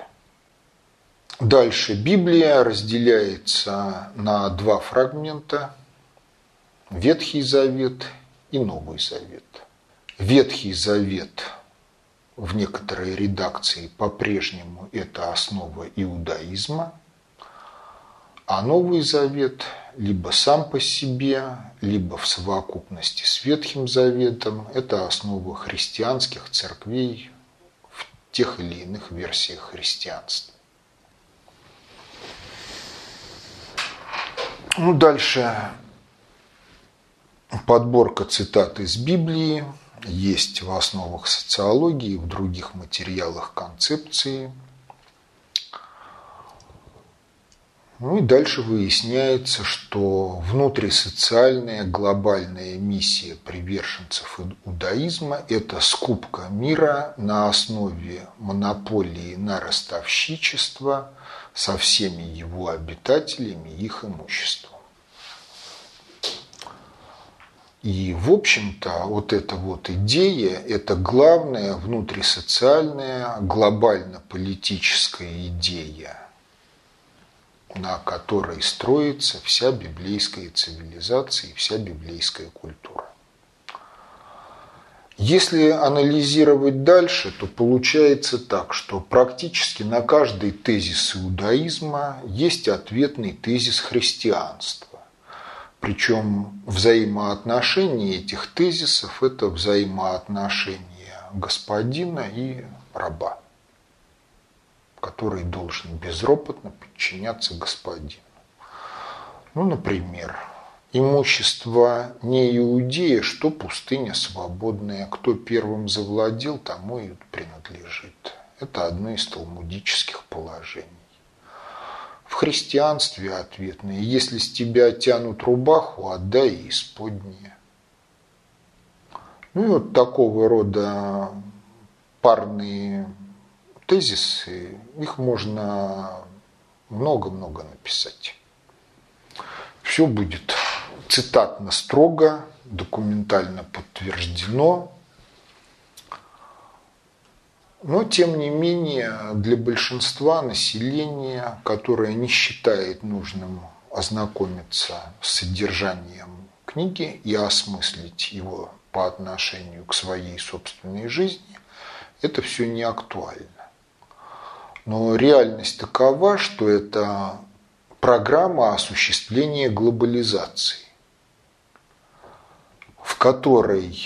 Дальше Библия разделяется на два фрагмента. Ветхий Завет и Новый Завет. Ветхий Завет в некоторой редакции по-прежнему это основа иудаизма, а Новый Завет либо сам по себе, либо в совокупности с Ветхим Заветом это основа христианских церквей в тех или иных версиях христианства. Ну, дальше подборка цитат из Библии есть в основах социологии, в других материалах концепции. Ну и дальше выясняется, что внутрисоциальная глобальная миссия приверженцев иудаизма – это скупка мира на основе монополии на ростовщичество со всеми его обитателями и их имуществом. И, в общем-то, вот эта вот идея – это главная внутрисоциальная глобально-политическая идея, на которой строится вся библейская цивилизация и вся библейская культура. Если анализировать дальше, то получается так, что практически на каждый тезис иудаизма есть ответный тезис христианства. Причем взаимоотношения этих тезисов – это взаимоотношения господина и раба, который должен безропотно подчиняться господину. Ну, например, имущество не иудея, что пустыня свободная, кто первым завладел, тому и принадлежит. Это одно из талмудических положений. В христианстве ответное: если с тебя тянут рубаху, отдай и исподнее. Ну и вот такого рода парные тезисы, их можно много-много написать. Все будет цитатно строго, документально подтверждено. Но, тем не менее, для большинства населения, которое не считает нужным ознакомиться с содержанием книги и осмыслить его по отношению к своей собственной жизни, это все не актуально. Но реальность такова, что это программа осуществления глобализации, в которой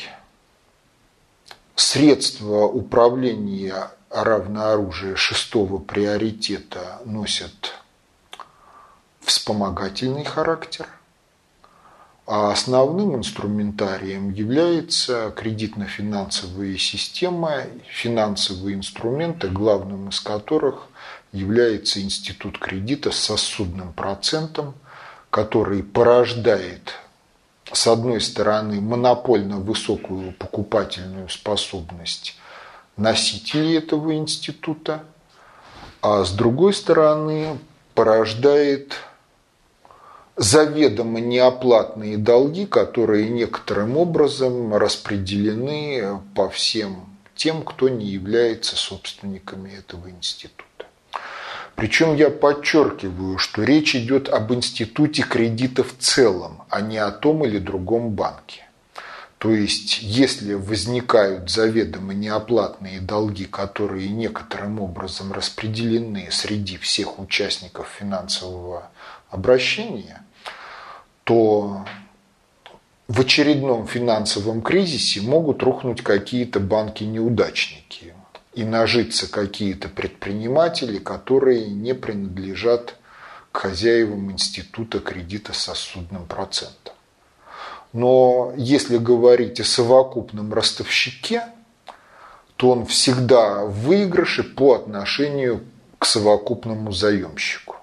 средства управления равнооружия шестого приоритета носят вспомогательный характер, а основным инструментарием является кредитно-финансовая система, финансовые инструменты, главным из которых является институт кредита с сосудным процентом, который порождает, с одной стороны, монопольно высокую покупательную способность носителей этого института, а с другой стороны, порождает заведомо неоплатные долги, которые некоторым образом распределены по всем тем, кто не является собственниками этого института. Причем я подчеркиваю, что речь идет об институте кредита в целом, а не о том или другом банке. То есть, если возникают заведомо неоплатные долги, которые некоторым образом распределены среди всех участников финансового обращения, то в очередном финансовом кризисе могут рухнуть какие-то банки-неудачники и нажиться какие-то предприниматели, которые не принадлежат к хозяевам института кредита с сосудным процентом. Но если говорить о совокупном ростовщике, то он всегда в выигрыше по отношению к совокупному заемщику.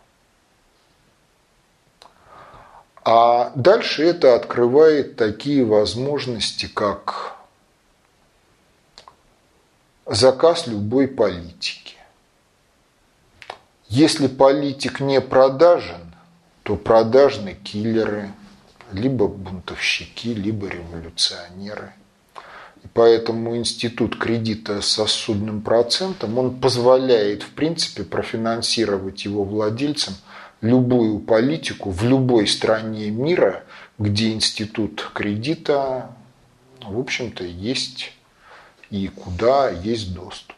А дальше это открывает такие возможности, как заказ любой политики. Если политик не продажен, то продажны киллеры, либо бунтовщики, либо революционеры. И поэтому институт кредита с сосудным процентом, он позволяет, в принципе, профинансировать его владельцам любую политику в любой стране мира, где институт кредита, в общем-то, есть и куда есть доступ.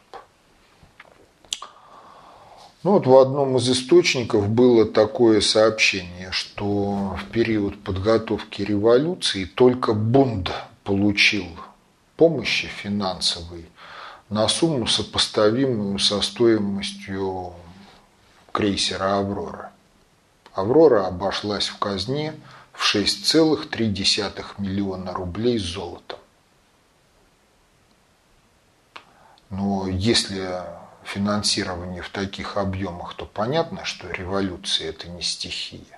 Ну вот в одном из источников было такое сообщение, что в период подготовки революции только Бунд получил помощи финансовой на сумму, сопоставимую со стоимостью крейсера «Аврора». «Аврора» обошлась в казне в шесть целых три десятых миллиона рублей золотом. Но если финансирование в таких объемах, то понятно, что революция – это не стихия.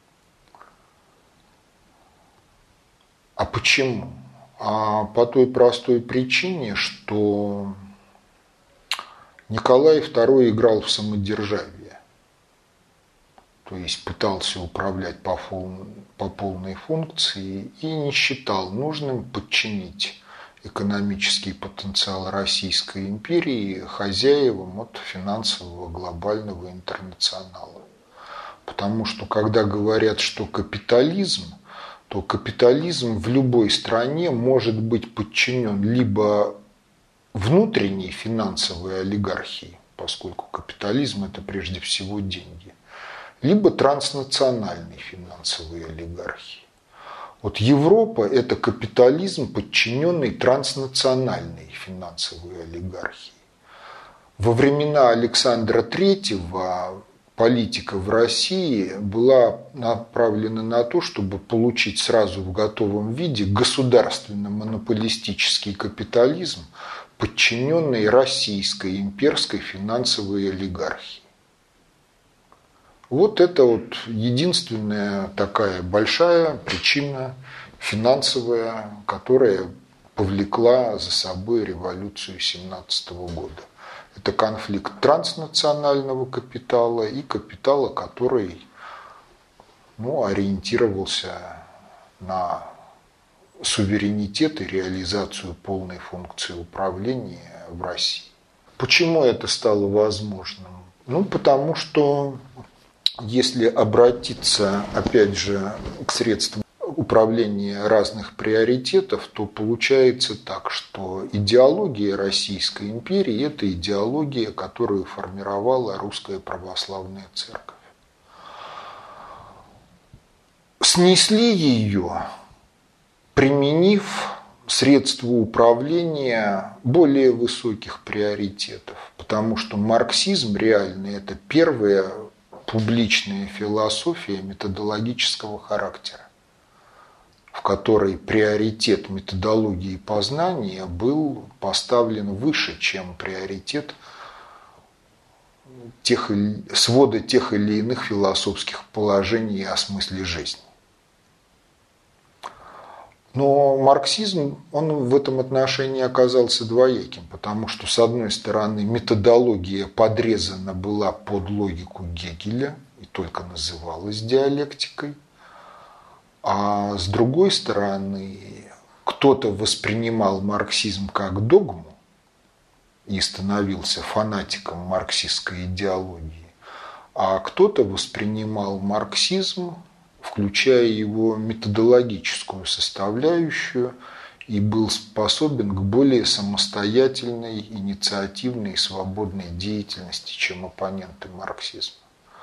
А почему? А по той простой причине, что Николай второй играл в самодержавие. То есть пытался управлять по, фул... по полной функции и не считал нужным подчинить экономический потенциал Российской империи хозяевам от финансового глобального интернационала. Потому что когда говорят, что капитализм, то капитализм в любой стране может быть подчинен либо внутренней финансовой олигархии, поскольку капитализм – это прежде всего деньги, либо транснациональной финансовой олигархии. Вот Европа – это капитализм, подчиненный транснациональной финансовой олигархии. Во времена Александра Третьего политика в России была направлена на то, чтобы получить сразу в готовом виде государственно-монополистический капитализм, подчиненный российской имперской финансовой олигархии. Вот это вот единственная такая большая причина финансовая, которая повлекла за собой революцию семнадцатого года. Это конфликт транснационального капитала и капитала, который ну, ориентировался на суверенитет и реализацию полной функции управления в России. Почему это стало возможным? Ну, потому что если обратиться, опять же, к средствам управления разных приоритетов, то получается так, что идеология Российской империи – это идеология, которую формировала Русская Православная Церковь. Снесли ее, применив средства управления более высоких приоритетов, потому что марксизм реально – это первая публичная философия методологического характера, в которой приоритет методологии познания был поставлен выше, чем приоритет тех, свода тех или иных философских положений о смысле жизни. Но марксизм, он в этом отношении оказался двояким, потому что, с одной стороны, методология подрезана была под логику Гегеля и только называлась диалектикой, а с другой стороны, кто-то воспринимал марксизм как догму и становился фанатиком марксистской идеологии, а кто-то воспринимал марксизм, включая его методологическую составляющую, и был способен к более самостоятельной, инициативной и свободной деятельности, чем оппоненты марксизма.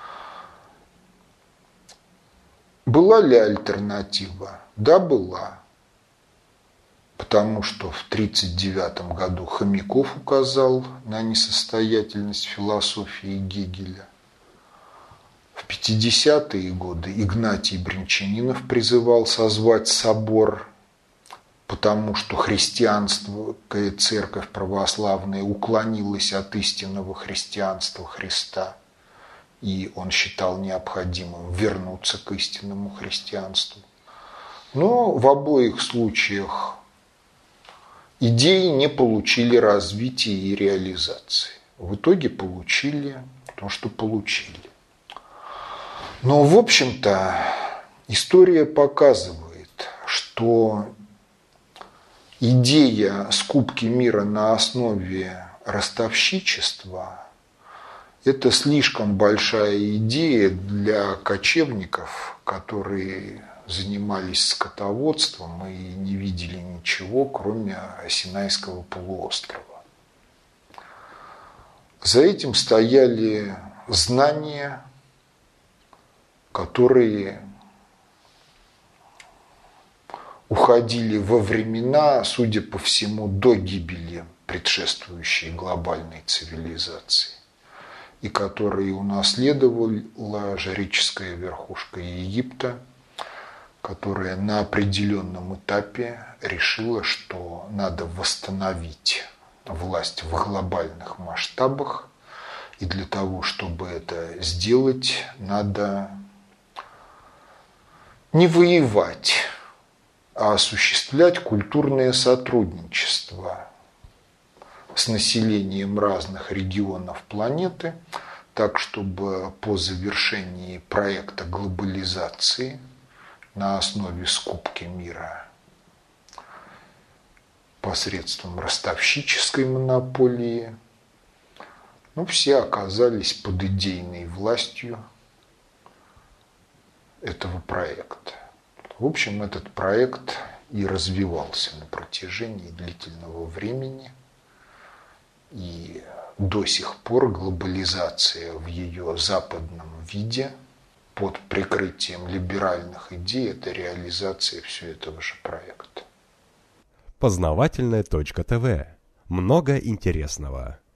Была ли альтернатива? Да, была. Потому что в тысяча девятьсот тридцать девятом году Хомяков указал на несостоятельность философии Гегеля. В пятидесятые годы Игнатий Брянчанинов призывал созвать собор, потому что христианская церковь православная уклонилась от истинного христианства Христа, и он считал необходимым вернуться к истинному христианству. Но в обоих случаях идеи не получили развития и реализации. В итоге получили то, что получили. Но, в общем-то, история показывает, что идея скупки мира на основе ростовщичества – это слишком большая идея для кочевников, которые занимались скотоводством и не видели ничего, кроме Синайского полуострова. За этим стояли знания, которые уходили во времена, судя по всему, до гибели предшествующей глобальной цивилизации, и которые унаследовала жреческая верхушка Египта, которая на определенном этапе решила, что надо восстановить власть в глобальных масштабах, и для того, чтобы это сделать, надо не воевать, а осуществлять культурное сотрудничество с населением разных регионов планеты, так, чтобы по завершении проекта глобализации на основе скупки мира посредством ростовщической монополии, ну, все оказались под идейной властью этого проекта. В общем, этот проект и развивался на протяжении длительного времени, и до сих пор глобализация в ее западном виде под прикрытием либеральных идей – это реализация все этого же проекта. Познавательная точка ТВ. Много интересного.